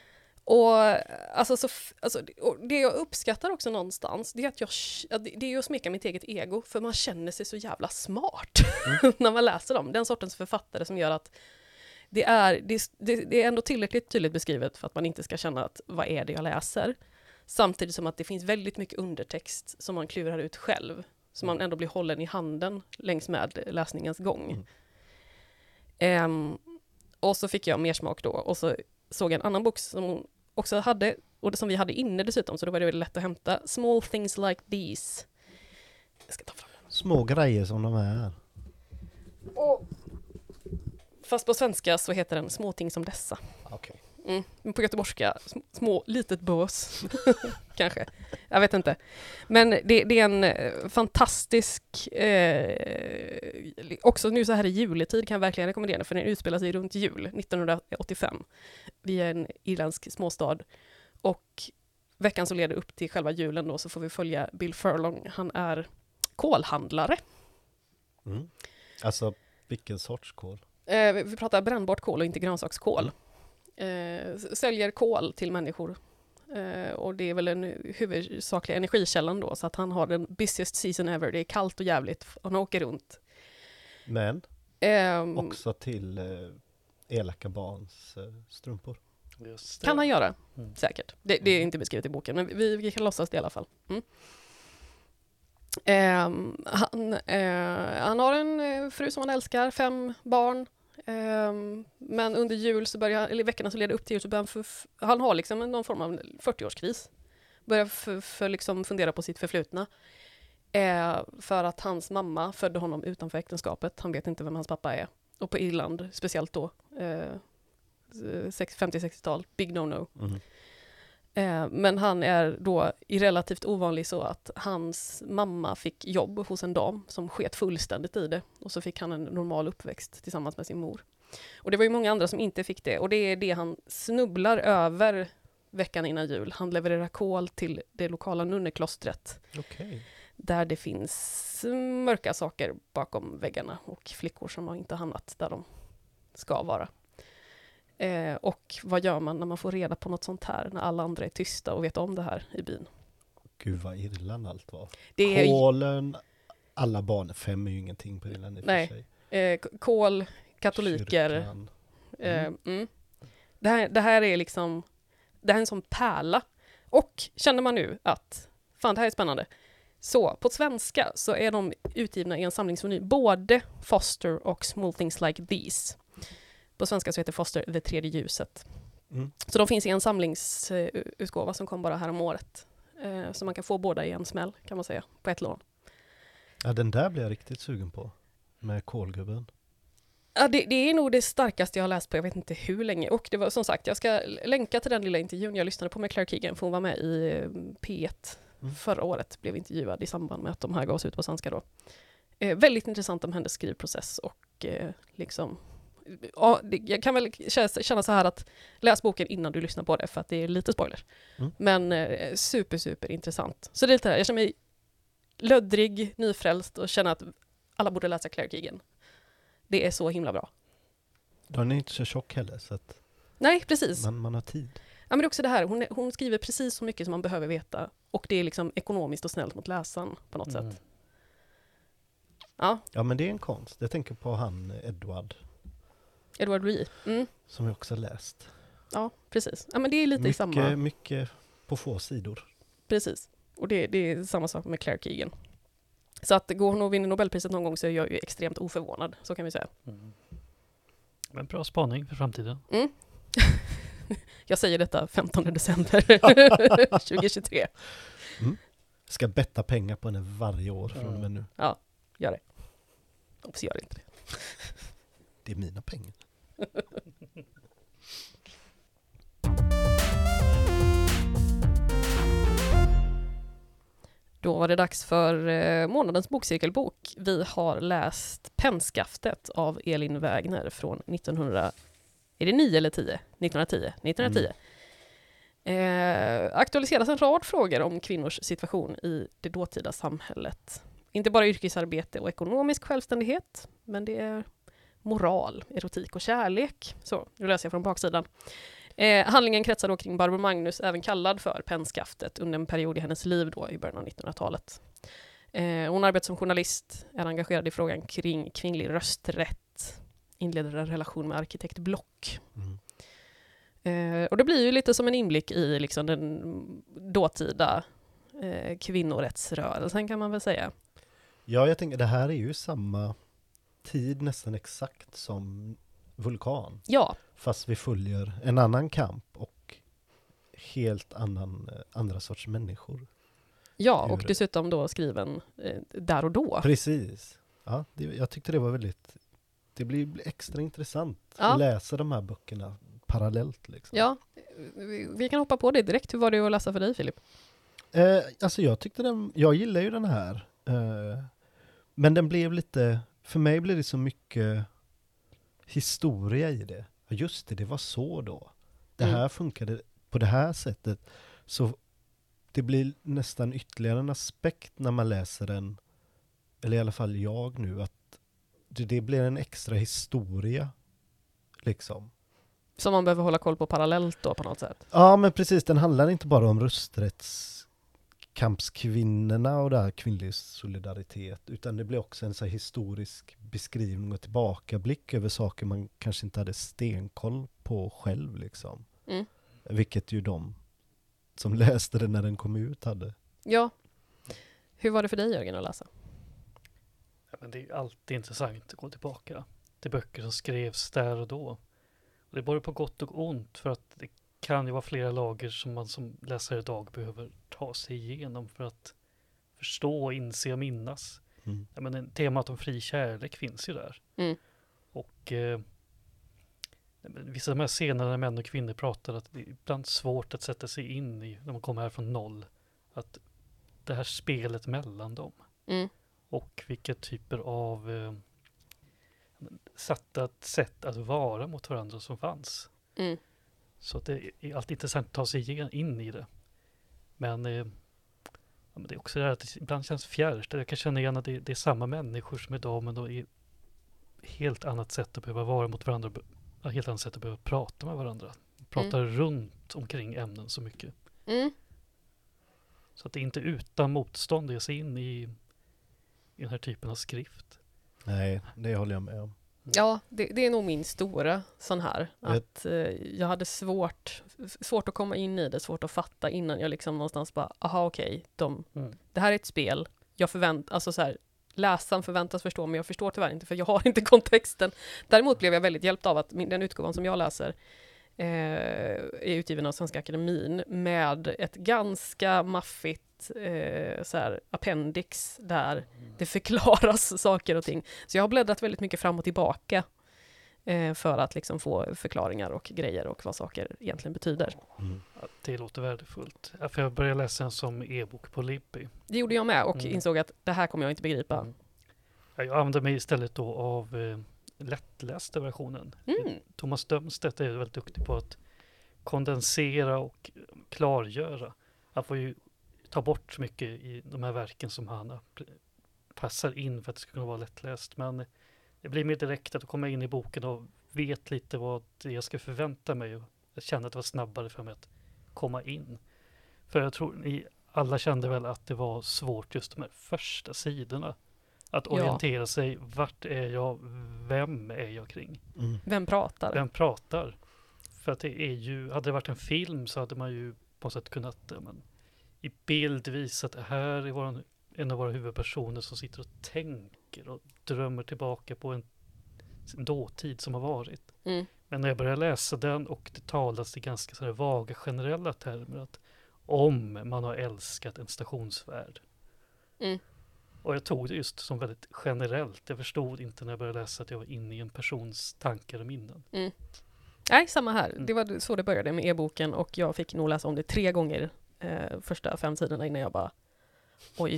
[SPEAKER 1] Och, och det jag uppskattar också någonstans, det är att det är att smeka mitt eget ego, för man känner sig så jävla smart när man läser dem. Den sortens författare som gör att det är ändå tillräckligt tydligt beskrivet för att man inte ska känna att vad är det jag läser? Samtidigt som att det finns väldigt mycket undertext som man klurar ut själv, som man ändå blir hållen i handen längs med läsningens gång. Och så fick jag mer smak då, och så såg jag en annan bok som hon också hade, och det som vi hade inne dessutom, så då var det väldigt lätt att hämta. Small Things Like These. Jag ska ta fram den.
[SPEAKER 3] Små grejer som de är.
[SPEAKER 1] Fast på svenska så heter den Små ting som dessa.
[SPEAKER 3] Okay.
[SPEAKER 1] Men på göteborgska, små litet bös. Kanske. Jag vet inte. Men det är en fantastisk, också nu så här i juletid kan jag verkligen rekommendera den, för den utspelar sig runt jul 1985. Vi är en irländsk småstad, och veckan som leder upp till själva julen då, så får vi följa Bill Furlong. Han är kolhandlare.
[SPEAKER 3] Alltså vilken sorts kol?
[SPEAKER 1] Vi pratar brännbart kol och inte grönsakskol. Säljer kol till människor. Och det är väl en huvudsaklig energikällan då, så att han har den busiest season ever. Det är kallt och jävligt. Han åker runt.
[SPEAKER 3] Men också till elaka barns strumpor.
[SPEAKER 1] Kan han göra, säkert. Det är inte beskrivet i boken, men vi kan låtsas det i alla fall. Han har en fru som han älskar, 5 barn. Men under jul så eller veckorna som leder upp till jul så börjar han har liksom någon form av 40-årskris. Börjar liksom fundera på sitt förflutna. För att hans mamma födde honom utanför äktenskapet. Han vet inte vem hans pappa är. Och på Irland, speciellt då, 50-60-tal, big no-no. Men han är då relativt ovanlig så att hans mamma fick jobb hos en dam som sket fullständigt i det. Och så fick han en normal uppväxt tillsammans med sin mor. Och det var ju många andra som inte fick det. Och det är det han snubblar över veckan innan jul. Han levererar kol till det lokala nunneklostret.
[SPEAKER 3] Okay.
[SPEAKER 1] Där det finns mörka saker bakom väggarna och flickor som har inte hamnat där de ska vara. Och vad gör man när man får reda på något sånt här, när alla andra är tysta och vet om det här i byn?
[SPEAKER 3] Gud vad Irland allt var.
[SPEAKER 1] Det
[SPEAKER 3] Kolen, alla barn, 5 är ju ingenting på Irland i och för sig.
[SPEAKER 1] Kol, katoliker. Det här är liksom, det här är en sån pärla. Och känner man nu att, fan det här är spännande. Så på svenska så är de utgivna i en samlingsvolym, både Foster och Small Things Like These. På svenska så heter Foster Det tredje ljuset. Så de finns i en samlingsutgåva som kom bara här om året. Så man kan få båda i en smäll, kan man säga, på ett lån.
[SPEAKER 3] Ja, den där blir jag riktigt sugen på. Med kolgubben.
[SPEAKER 1] Ja, det är nog det starkaste jag har läst på, jag vet inte hur länge. Och det var som sagt, jag ska länka till den lilla intervjun jag lyssnade på med Claire Keegan, för hon var med i P1 förra året. Blev intervjuad i samband med att de här gavs ut på svenska då. Väldigt intressant om hennes skrivprocess och liksom... Ja, jag kan väl känna så här att läs boken innan du lyssnar på det, för att det är lite spoiler. Men super intressant. Så det är lite här, jag känner mig löddrig, nyfrälst och känner att alla borde läsa Claire Keegan. Det är så himla bra.
[SPEAKER 3] Den är inte så tjock heller, så att
[SPEAKER 1] nej, precis.
[SPEAKER 3] man har tid.
[SPEAKER 1] Ja, men det är också det här, hon skriver precis så mycket som man behöver veta, och det är liksom ekonomiskt och snällt mot läsaren på något sätt. Ja,
[SPEAKER 3] men det är en konst. Jag tänker på han Edward
[SPEAKER 1] Ree.
[SPEAKER 3] Som jag också har läst.
[SPEAKER 1] Ja, precis. Ja, men det är lite i samma...
[SPEAKER 3] Mycket på få sidor.
[SPEAKER 1] Precis. Och det är samma sak med Claire Keegan. Så att går hon och vinner Nobelpriset någon gång så är jag ju extremt oförvånad, så kan vi säga.
[SPEAKER 2] Men bra spaning för framtiden.
[SPEAKER 1] Jag säger detta 15 december 2023.
[SPEAKER 3] Ska betta pengar på henne varje år från och med nu.
[SPEAKER 1] Ja, gör det. Hoppas gör inte det.
[SPEAKER 3] Det är mina pengar.
[SPEAKER 1] Då var det dags för månadens bokcirkelbok. Vi har läst Pennskaftet av Elin Wägner från 1910. 1910. Aktualiseras en rad frågor om kvinnors situation i det dåtida samhället. Inte bara yrkesarbete och ekonomisk självständighet, men det är moral, erotik och kärlek. Så, nu läser jag från baksidan. Handlingen kretsar då kring Barbro Magnus, även kallad för Pennskaftet, under en period i hennes liv då i början av 1900-talet. Hon arbetar som journalist, är engagerad i frågan kring kvinnlig rösträtt, inleder en relation med arkitekt Block. Och det blir ju lite som en inblick i liksom den dåtida kvinnorättsrörelsen, kan man väl säga.
[SPEAKER 3] Ja, jag tänker det här är ju samma tid nästan exakt som Vulkan.
[SPEAKER 1] Ja.
[SPEAKER 3] Fast vi följer en annan kamp och helt andra sorts människor.
[SPEAKER 1] Ja, och dessutom då skriven där och då.
[SPEAKER 3] Precis. Ja, jag tyckte det var väldigt... Det blir extra intressant att läsa de här böckerna parallellt. Liksom.
[SPEAKER 1] Ja, vi kan hoppa på det direkt. Hur var det att läsa för dig, Filip?
[SPEAKER 3] Alltså jag gillar ju den här. Men den blev lite... För mig blev det så mycket historia i det. Just det var så då. Det här funkade på det här sättet. Så det blir nästan ytterligare en aspekt när man läser den. Eller i alla fall jag nu. Att det blir en extra historia. Liksom.
[SPEAKER 1] Som man behöver hålla koll på parallellt då på något sätt.
[SPEAKER 3] Ja, men precis. Den handlar inte bara om rösträttskampskvinnorna och där kvinnlig solidaritet. Utan det blir också en så här historisk beskrivning och tillbakablick över saker man kanske inte hade stenkoll på själv. Liksom. Vilket ju de som läste det när den kom ut hade.
[SPEAKER 1] Ja. Hur var det för dig, Jörgen, att läsa?
[SPEAKER 2] Ja, men det är alltid intressant att gå tillbaka till böcker som skrevs där och då. Och det är både på gott och ont, för att det kan ju vara flera lager som man som läsare idag behöver ta sig igenom för att förstå, inse och minnas. Ja, men temat om fri kärlek finns ju där. Och vissa av de här scenerna när män och kvinnor pratar, att det är ibland svårt att sätta sig in i när man kommer här från noll. Att det här spelet mellan dem. Och vilka typer av satta sätt att vara mot varandra som fanns. Så att det är alltid intressant att ta sig in i det. Men det är också det här att det ibland känns fjärrt. Jag kan känna igen att det är samma människor som idag, men då är helt annat sätt att behöva vara mot varandra. Helt annat sätt att behöva prata med varandra. Prata runt omkring ämnen så mycket. Så att det är inte utan motstånd att ge sig in i den här typen av skrift.
[SPEAKER 3] Nej, det håller jag med om.
[SPEAKER 1] Ja, det är nog min stora sån här. Att jag hade svårt att komma in i det, svårt att fatta innan jag liksom någonstans bara, aha okej, det här är ett spel. Alltså så här, läsaren förväntas förstå, men jag förstår tyvärr inte för jag har inte kontexten. Däremot blev jag väldigt hjälpt av att den utgåvan som jag läser är utgiven av Svenska Akademin med ett ganska maffigt så här, appendix där det förklaras saker och ting. Så jag har bläddrat väldigt mycket fram och tillbaka för att liksom få förklaringar och grejer och vad saker egentligen betyder.
[SPEAKER 2] Ja, det låter värdefullt. För jag började läsa den som e-bok på Libby.
[SPEAKER 1] Det gjorde jag med och insåg att det här kommer jag inte begripa.
[SPEAKER 2] Jag använder mig istället då av lättlästa versionen. Thomas Dömstedt är väldigt duktig på att kondensera och klargöra. Han får ju ta bort mycket i de här verken som han passar in för att det ska kunna vara lättläst. Men det blir mer direkt att komma in i boken och vet lite vad jag ska förvänta mig. Jag kände att det var snabbare för mig att komma in. För jag tror ni alla kände väl att det var svårt just de här första sidorna. Att orientera sig, vart är jag, vem är jag kring?
[SPEAKER 1] Vem pratar?
[SPEAKER 2] Vem pratar? För att det är ju, hade det varit en film så hade man ju på något sätt kunnat i bild visa att det här är en av våra huvudpersoner som sitter och tänker och drömmer tillbaka på en dåtid som har varit. Men när jag började läsa den och det talas i ganska så här vaga generella termer att om man har älskat en stationsvärld. Och jag tog det just som väldigt generellt. Jag förstod inte när jag började läsa att jag var inne i en persons tankar och minnen.
[SPEAKER 1] Nej, samma här. Det var så det började med e-boken och jag fick nog läsa om det 3 gånger första 5 sidorna innan jag bara oj.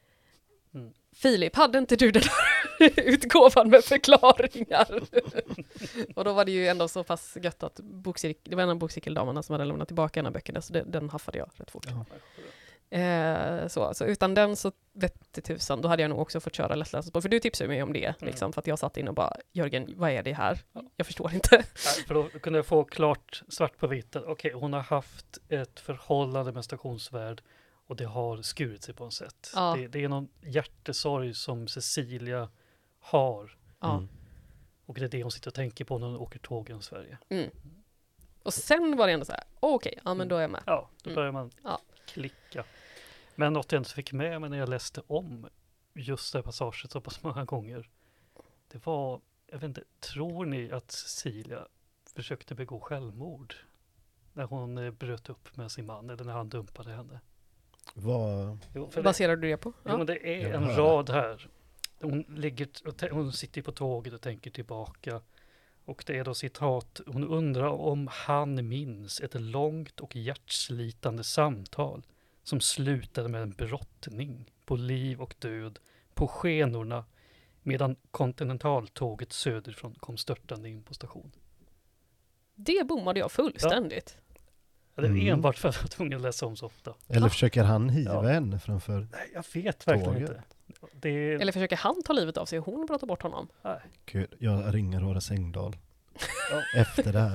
[SPEAKER 1] Filip, hade inte du den här utgåvan med förklaringar? Och då var det ju ändå så pass gött att det var en av bokcirkeldamerna som hade lämnat tillbaka den här böckerna så den haffade jag rätt fort. Så utan den så vette tusan, då hade jag nog också fått köra lättläsningsspår. För du tipsade mig om det, liksom, för att jag satt in och bara, Jörgen, vad är det här? Jag förstår inte.
[SPEAKER 2] Nej, för då kunde jag få klart svart på vitt. Okej, hon har haft ett förhållande med stationsvärd och det har skurit sig på något sätt.
[SPEAKER 1] Ja.
[SPEAKER 2] Det är någon hjärtesorg som Cecilia har.
[SPEAKER 1] Ja.
[SPEAKER 2] Och det är det hon sitter och tänker på när hon åker tåg genom Sverige.
[SPEAKER 1] Och sen var det ändå så här, okej, ja men då är jag med.
[SPEAKER 2] Ja, då börjar man klicka. Men något jag inte fick med mig när jag läste om just det här passaget så pass många gånger. Det var, jag vet inte, tror ni att Cecilia försökte begå självmord? När hon bröt upp med sin man eller när han dumpade henne?
[SPEAKER 3] Vad...
[SPEAKER 1] Baserar du det på?
[SPEAKER 2] Jo, men det är en rad här. Hon sitter på tåget och tänker tillbaka. Och det är då citat, hon undrar om han minns ett långt och hjärtslitande samtal som slutade med en brottning på liv och död på skenorna medan kontinentaltåget söderifrån kom störtande in på station.
[SPEAKER 1] Det bommade jag fullständigt.
[SPEAKER 2] Ja, det är enbart för att jag var tvungen att läsa om så ofta.
[SPEAKER 3] Eller försöker han hiva henne framför?
[SPEAKER 2] Nej, jag vet verkligen
[SPEAKER 3] tåget?
[SPEAKER 2] inte.
[SPEAKER 1] Eller försöker han ta livet av sig och hon pratar bort honom?
[SPEAKER 2] Nej.
[SPEAKER 3] Gud, jag ringer Horace Engdahl efter det här.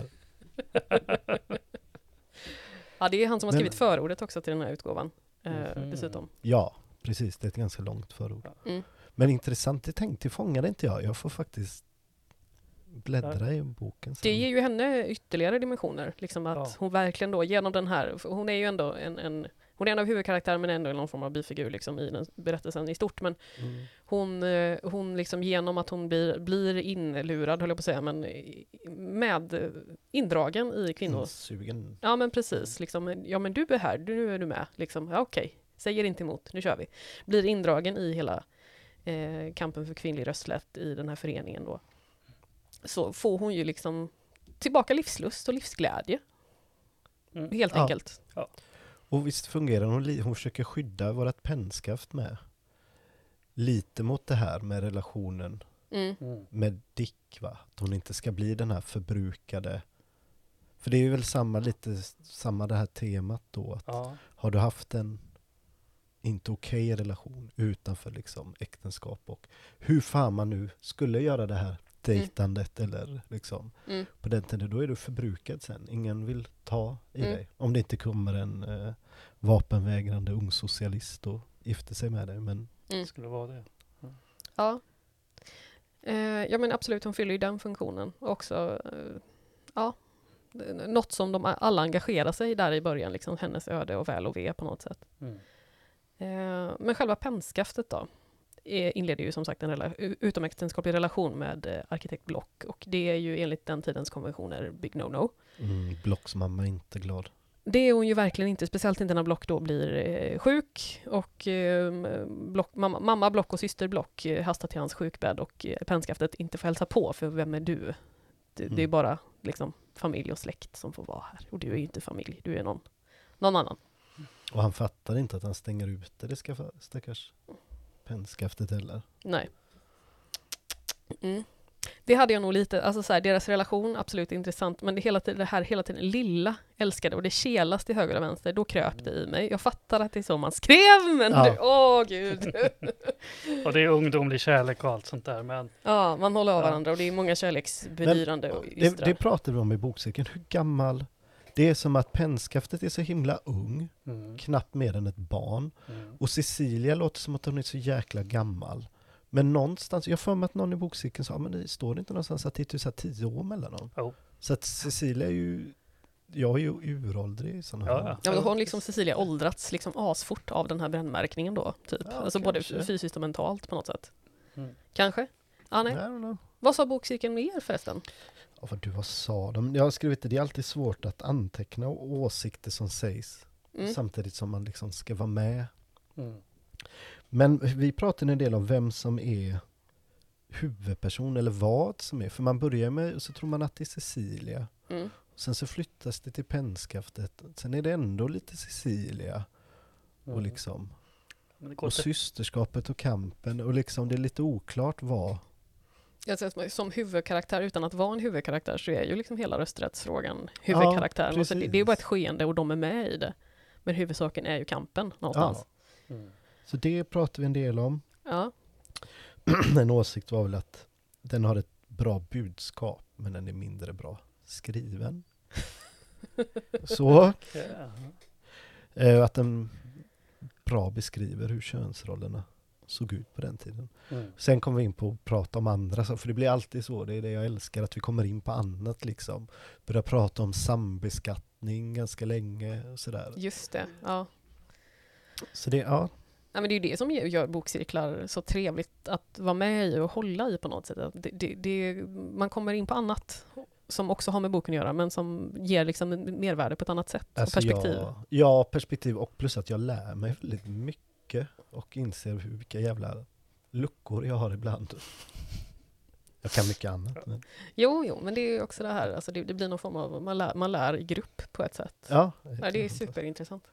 [SPEAKER 1] Ja, det är han som har skrivit förordet också till den här utgåvan. Dessutom.
[SPEAKER 3] Ja, precis. Det är ett ganska långt förord. Men intressant, det tänkte fångade inte jag. Jag får faktiskt bläddra i boken sen.
[SPEAKER 1] Det ger ju henne ytterligare dimensioner. Liksom att hon verkligen då genom den här, hon är ju ändå hon är en av huvudkaraktären men ändå någon form av bifigur liksom, i den berättelsen i stort. Men hon liksom genom att hon blir inlurad, höll jag på att säga, men med indragen i kvinnors...
[SPEAKER 3] Sugen.
[SPEAKER 1] Ja, men precis. Liksom, ja, men du är här, nu är du med. Liksom, ja, okej. Säger inte emot, nu kör vi. Blir indragen i hela kampen för kvinnlig rösträtt i den här föreningen då. Så får hon ju liksom tillbaka livslust och livsglädje. Helt enkelt.
[SPEAKER 3] Ja. Och visst fungerar hon försöker skydda vårat pennskaft med. Lite mot det här med relationen med Dick, va? Att hon inte ska bli den här förbrukade. För det är ju väl samma det här temat då. Att har du haft en inte okej relation utanför liksom äktenskap och hur fan man nu skulle göra det här dejtandet eller liksom på den tiden, då är du förbrukad sen. Ingen vill ta i dig. Om det inte kommer en vapenvägrande ung socialist och gifter sig med dig. Men
[SPEAKER 2] det skulle vara det.
[SPEAKER 1] Ja. Ja, men absolut, hon fyller ju den funktionen också. Något som de alla engagerar sig där i början, liksom hennes öde och väl och ve på något sätt. Men själva pennskaftet då inleder ju som sagt en utomäktenskaplig relation med arkitekt Block, och det är ju enligt den tidens konventioner big no-no.
[SPEAKER 3] Blocks mamma är inte glad.
[SPEAKER 1] Det är hon ju verkligen inte, speciellt inte när Block då blir sjuk och mamma Block och syster Block hastar till hans sjukbädd och pennskaftet inte får hälsa på, för vem är du? Det är bara liksom familj och släkt som får vara här, och du är ju inte familj, du är någon annan.
[SPEAKER 3] Och han fattar inte att han stänger ut det stackars pennskaftet heller.
[SPEAKER 1] Nej. Det hade jag nog lite, alltså så här, deras relation, absolut intressant, men det hela tiden lilla älskade och det kelas till höger och vänster, då kröp det i mig. Jag fattar att det är så man skrev, men gud.
[SPEAKER 2] Och det är ungdomlig kärlek och allt sånt där, men...
[SPEAKER 1] Ja, man håller av varandra och det är många kärleksbedyrande och ystrar.
[SPEAKER 3] Det pratade vi om i bokcirkeln, hur gammal... Det är som att pennskaftet är så himla ung, knappt mer än ett barn. Och Cecilia låter som att hon är så jäkla gammal. Men någonstans, jag får med att någon i bokcirkeln sa, men det står inte någonstans att det är typ 10 år mellan dem. Så att Cecilia är ju, jag är ju uråldrig i sådana här.
[SPEAKER 1] Ja, men då har hon liksom Cecilia åldrats liksom asfort av den här brännmärkningen då, typ.
[SPEAKER 3] Ja,
[SPEAKER 1] alltså
[SPEAKER 3] kanske.
[SPEAKER 1] både fysiskt och mentalt på något sätt. Kanske? Ja, nej.
[SPEAKER 3] I don't know.
[SPEAKER 1] Vad sa bokcirkeln mer förresten?
[SPEAKER 3] Ja, vad sa de? Jag har skrivit det är alltid svårt att anteckna åsikter som sägs. Samtidigt som man liksom ska vara med. Men vi pratade en del om vem som är huvudperson eller vad som är. För man börjar med, så tror man att det är Cecilia. Sen så flyttas det till pennskaftet. Sen är det ändå lite Cecilia. Och liksom. Och systerskapet och kampen. Och liksom det är lite oklart vad.
[SPEAKER 1] Som huvudkaraktär utan att vara en huvudkaraktär så är ju liksom hela rösträttsfrågan huvudkaraktären.
[SPEAKER 3] Ja,
[SPEAKER 1] och så det är bara ett skeende och de är med i det. Men huvudsaken är ju kampen någonstans.
[SPEAKER 3] Ja. Så det pratar vi en del om.
[SPEAKER 1] Ja.
[SPEAKER 3] En åsikt var väl att den har ett bra budskap, men den är mindre bra skriven. Så. Att den bra beskriver hur könsrollerna såg ut på den tiden. Sen kommer vi in på att prata om andra, för det blir alltid så, det är det jag älskar, att vi kommer in på annat liksom. Börjar prata om sambeskattning ganska länge och sådär.
[SPEAKER 1] Just det, ja.
[SPEAKER 3] Så det, ja.
[SPEAKER 1] Ja, men det är ju det som gör bokcirklar så trevligt att vara med i och hålla i på något sätt. Man kommer in på annat som också har med boken att göra, men som ger liksom en mervärde på ett annat sätt.
[SPEAKER 3] Alltså
[SPEAKER 1] perspektiv.
[SPEAKER 3] Ja, perspektiv, och plus att jag lär mig väldigt mycket och inser vilka jävla luckor jag har ibland. Jag kan mycket annat. Men...
[SPEAKER 1] Jo, men det är ju också det här, alltså det blir någon form av, man lär i grupp på ett sätt.
[SPEAKER 3] Ja,
[SPEAKER 1] det är superintressant.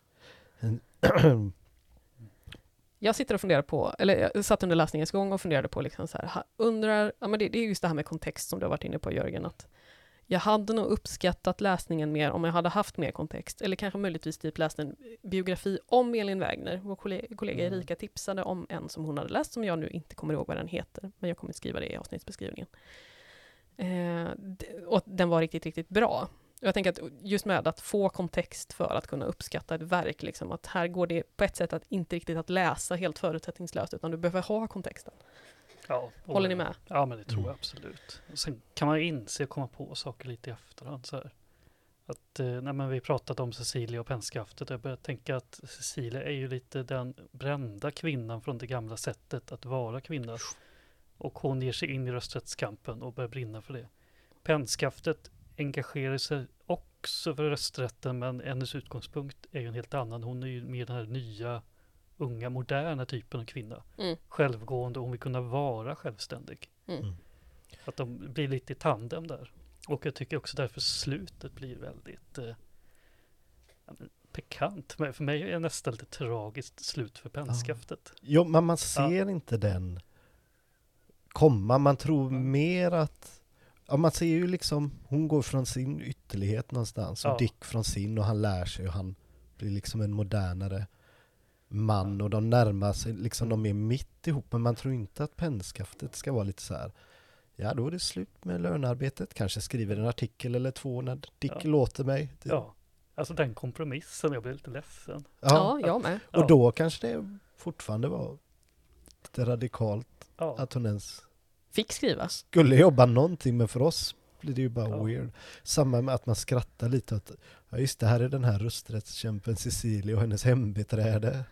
[SPEAKER 1] Jag sitter och funderar på, eller jag satt under läsningens gång och funderade på liksom så här, men det är just det här med kontext som du har varit inne på, Jörgen, att jag hade nog uppskattat läsningen mer om jag hade haft mer kontext, eller kanske möjligtvis typ läst en biografi om Elin Wägner. Vår kollega Erika tipsade om en som hon hade läst, som jag nu inte kommer ihåg vad den heter, men jag kommer skriva det i avsnittsbeskrivningen. Och den var riktigt, riktigt bra. Jag tänker att just med att få kontext för att kunna uppskatta ett verk, liksom, att här går det på ett sätt att inte riktigt att läsa helt förutsättningslöst, utan du behöver ha kontexten.
[SPEAKER 2] Ja,
[SPEAKER 1] Håller ni med?
[SPEAKER 2] Ja, men det tror jag absolut. Och sen kan man inse och komma på saker lite i efterhand. Så här. Att, när vi pratat om Cecilia och pennskaftet, jag börjar tänka att Cecilia är ju lite den brända kvinnan från det gamla sättet att vara kvinna. Och hon ger sig in i rösträttskampen och börjar brinna för det. Pennskaftet engagerar sig också för rösträtten, men hennes utgångspunkt är ju en helt annan. Hon är ju mer den här nya, unga, moderna typen av kvinna. Självgående, och hon vill kunna vara självständig. Att de blir lite i tandem där. Och jag tycker också därför slutet blir väldigt pikant. Men för mig är det nästan lite tragiskt slut för pennskaftet.
[SPEAKER 3] Jo, men man ser inte den komma. Man tror mer att man ser ju liksom, hon går från sin ytterlighet någonstans och Dick från sin, och han lär sig och han blir liksom en modernare man och de närmar sig liksom, de är mitt ihop, men man tror inte att pennskaftet ska vara lite så här. Ja, då är det slut med lönearbetet. Kanske skriver en artikel eller två när Dick låter mig.
[SPEAKER 2] Ja, alltså den kompromissen, jag blir lite ledsen.
[SPEAKER 1] Ja, jag med.
[SPEAKER 3] Och då kanske det fortfarande var lite radikalt att hon ens
[SPEAKER 1] fick skriva.
[SPEAKER 3] Skulle jobba någonting, men för oss blir det ju bara weird. Samma med att man skrattar lite att just det här är den här rösträttskämpen Cecilia och hennes hembiträde.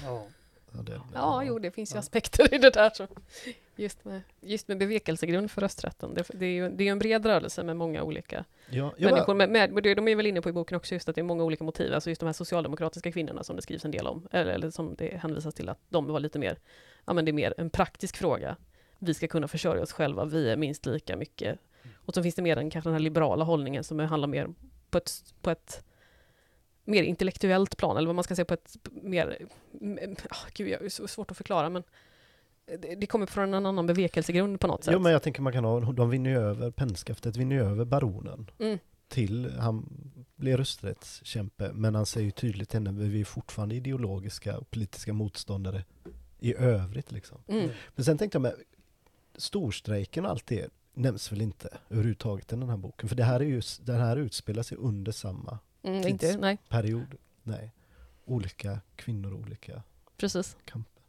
[SPEAKER 1] Jo, det finns ju aspekter i det där. Så just med bevekelsegrund för rösträtten. Det är ju en bred rörelse med många olika människor. De är väl inne på i boken också just att det är många olika motiv. Alltså just de här socialdemokratiska kvinnorna som det skrivs en del om. Eller som det hänvisas till att de var lite mer, men det är mer en praktisk fråga. Vi ska kunna försörja oss själva, vi är minst lika mycket. Och så finns det mer kanske den här liberala hållningen som handlar mer på ett mer intellektuellt plan, eller vad man ska säga, på ett mer... Gud, det är så svårt att förklara, men det kommer från en annan bevekelsegrund på något sätt.
[SPEAKER 3] Jo, men jag tänker man kan ha, de vinner ju över, pennskaftet vinner ju över baronen till, han blir rösträttskämpe, men han säger ju tydligt till henne, vi är fortfarande ideologiska och politiska motståndare i övrigt liksom. Men sen tänkte jag med storstrejken och allt det
[SPEAKER 2] nämns väl inte överhuvudtaget i den här boken. För det här är ju, den här utspelar sig under samma tidsperiod. Nej. Olika kvinnor och olika kamper.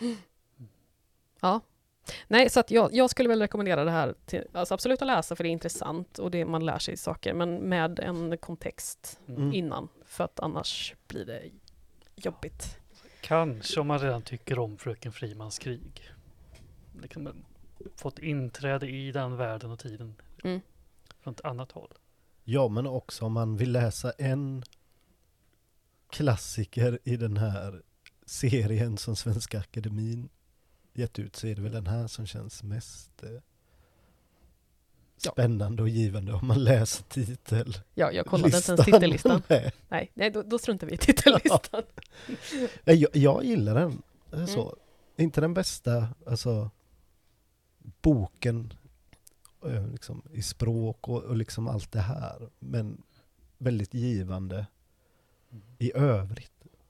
[SPEAKER 1] Ja. Nej, så att jag skulle väl rekommendera det här till, alltså absolut att läsa för det är intressant och det man lär sig saker, men med en kontext innan, för att annars blir det jobbigt.
[SPEAKER 2] Kanske om man redan tycker om Fröken Frimans krig. Liksom fått inträde i den världen och tiden från ett annat håll.
[SPEAKER 3] Ja, men också om man vill läsa en klassiker i den här serien som Svenska Akademin gett ut, så är det väl den här som känns mest spännande och givande om man läser titel.
[SPEAKER 1] Ja, jag kollade inte ens titellistan. Nej, då struntar vi i titellistan.
[SPEAKER 3] Jag gillar den. Så. Inte den bästa alltså, boken liksom, i språk och liksom allt det här. Men väldigt givande. i övrigt.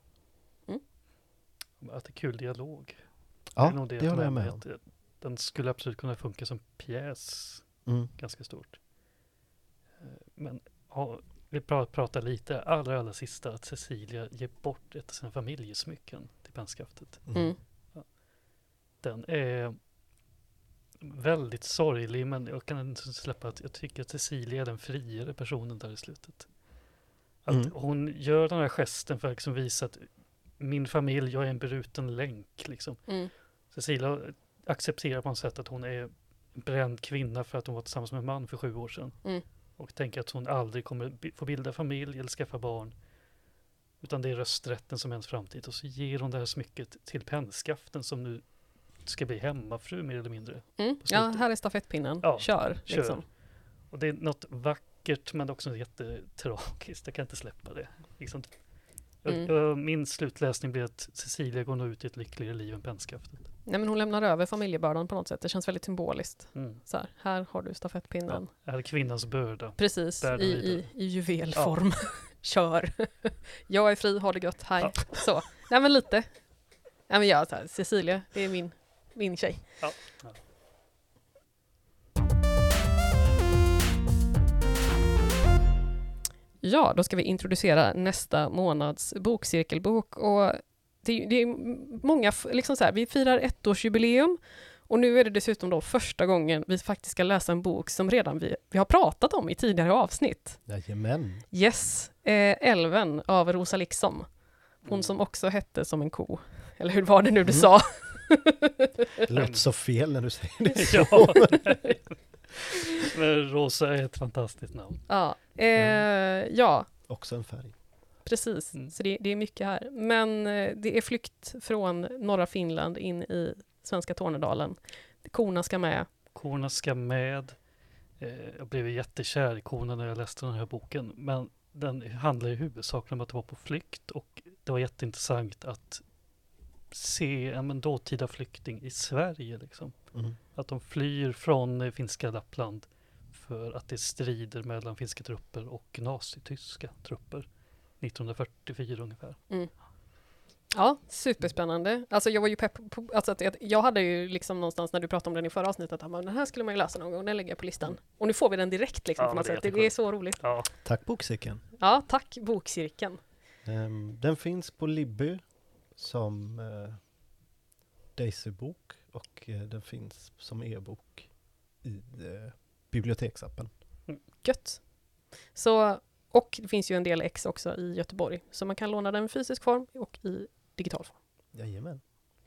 [SPEAKER 2] Att det är kul dialog.
[SPEAKER 3] Ja,
[SPEAKER 2] är nog
[SPEAKER 3] det håller jag med om.
[SPEAKER 2] att den skulle absolut kunna funka som pjäs ganska stort. Men vi pratar lite allra sista att Cecilia ger bort ett av sina familjesmycken till pennskaftet. Ja. Den är väldigt sorglig, men jag kan inte släppa att jag tycker att Cecilia är den friare personen där i slutet. Att hon gör den här gesten för att liksom visa att min familj, jag är en bruten länk. Liksom. Cecilia accepterar på något sätt att hon är en bränd kvinna för att hon var tillsammans med en man för 7 år sedan. Och tänker att hon aldrig kommer få bilda familj eller skaffa barn. Utan det är rösträtten som är ens framtid. Och så ger hon det här smycket till pennskaften som nu ska bli hemmafru mer eller mindre.
[SPEAKER 1] Ja, här är stafettpinnen. Ja, kör. Liksom.
[SPEAKER 2] Och det är något vackert men också jättetragiskt. Jag kan inte släppa det. Liksom. Min slutläsning blir att Cecilia går nog ut i ett lyckligare liv än pennskaftet.
[SPEAKER 1] Nej, men hon lämnar över familjebördan på något sätt. Det känns väldigt symboliskt. Så här har du stafettpinnen.
[SPEAKER 2] Ja, här är kvinnans börda.
[SPEAKER 1] Precis, i juvelform. Ja. Kör. Jag är fri, har det gött. Hej. Ja. Så. Nej, men lite. Nej, men jag, Cecilia, det är min tjej.
[SPEAKER 2] Ja.
[SPEAKER 1] Ja, då ska vi introducera nästa månads bokcirkelbok. Och det är många, liksom så här, vi firar 1-årsjubileum och nu är det dessutom då första gången vi faktiskt ska läsa en bok som redan vi har pratat om i tidigare avsnitt.
[SPEAKER 3] Jajamän.
[SPEAKER 1] Yes, Älven av Rosa Liksom. Hon som också hette som en ko. Eller hur var det nu du sa?
[SPEAKER 3] Det låter så fel när du säger det så.
[SPEAKER 2] Ja, men Rosa är ett fantastiskt namn.
[SPEAKER 1] Ja, ja.
[SPEAKER 3] Också en färg.
[SPEAKER 1] Precis, så det är mycket här. Men det är flykt från norra Finland in i svenska Tornedalen. Korna ska med.
[SPEAKER 2] Korna ska med. Jag blev jättekär i korna när jag läste den här boken. Men den handlar i huvudsak om att vara på flykt. Och det var jätteintressant att se en dåtida flykting i Sverige. Liksom. Att de flyr från finska Lappland för att det strider mellan finska trupper och nazityska trupper 1944 ungefär.
[SPEAKER 1] Ja, superspännande. Alltså jag var ju pepp på, alltså att jag hade ju liksom någonstans när du pratade om den i förra avsnittet att den här skulle man ju läsa någon gång, den lägger jag på listan. Och nu får vi den direkt liksom, på något sätt. Det är så roligt.
[SPEAKER 2] Ja.
[SPEAKER 3] Tack Bokcirkeln.
[SPEAKER 1] Ja, tack Bokcirkeln.
[SPEAKER 3] Den finns på Libby som Daisy-bok och den finns som e-bok i biblioteksappen.
[SPEAKER 1] Gött. Så, och det finns ju en del ex också i Göteborg, så man kan låna den i fysisk form och i digital form.
[SPEAKER 3] Jajamän.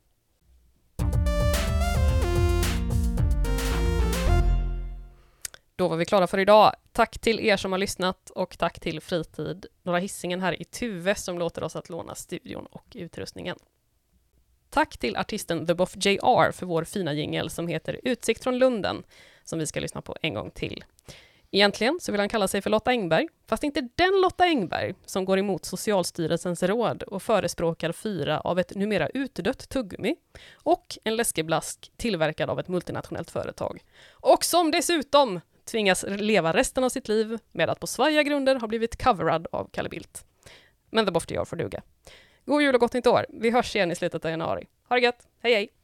[SPEAKER 1] Då var vi klara för idag. Tack till er som har lyssnat och tack till Fritid Norra Hisingen här i Tuve som låter oss att låna studion och utrustningen. Tack till artisten The Buff JR för vår fina jingle som heter Utsikt från Lunden som vi ska lyssna på en gång till. Egentligen så vill han kalla sig för Lotta Engberg, fast inte den Lotta Engberg som går emot Socialstyrelsens råd och förespråkar 4 av ett numera utdött tuggummi och en läskeblask tillverkad av ett multinationellt företag. Och som dessutom tvingas leva resten av sitt liv med att på svajiga grunder har blivit coverad av Kalle Bildt. Men The Buff JR får duga. God jul och gott nytt år. Vi hörs igen i slutet av januari. Ha det gött. Hej hej!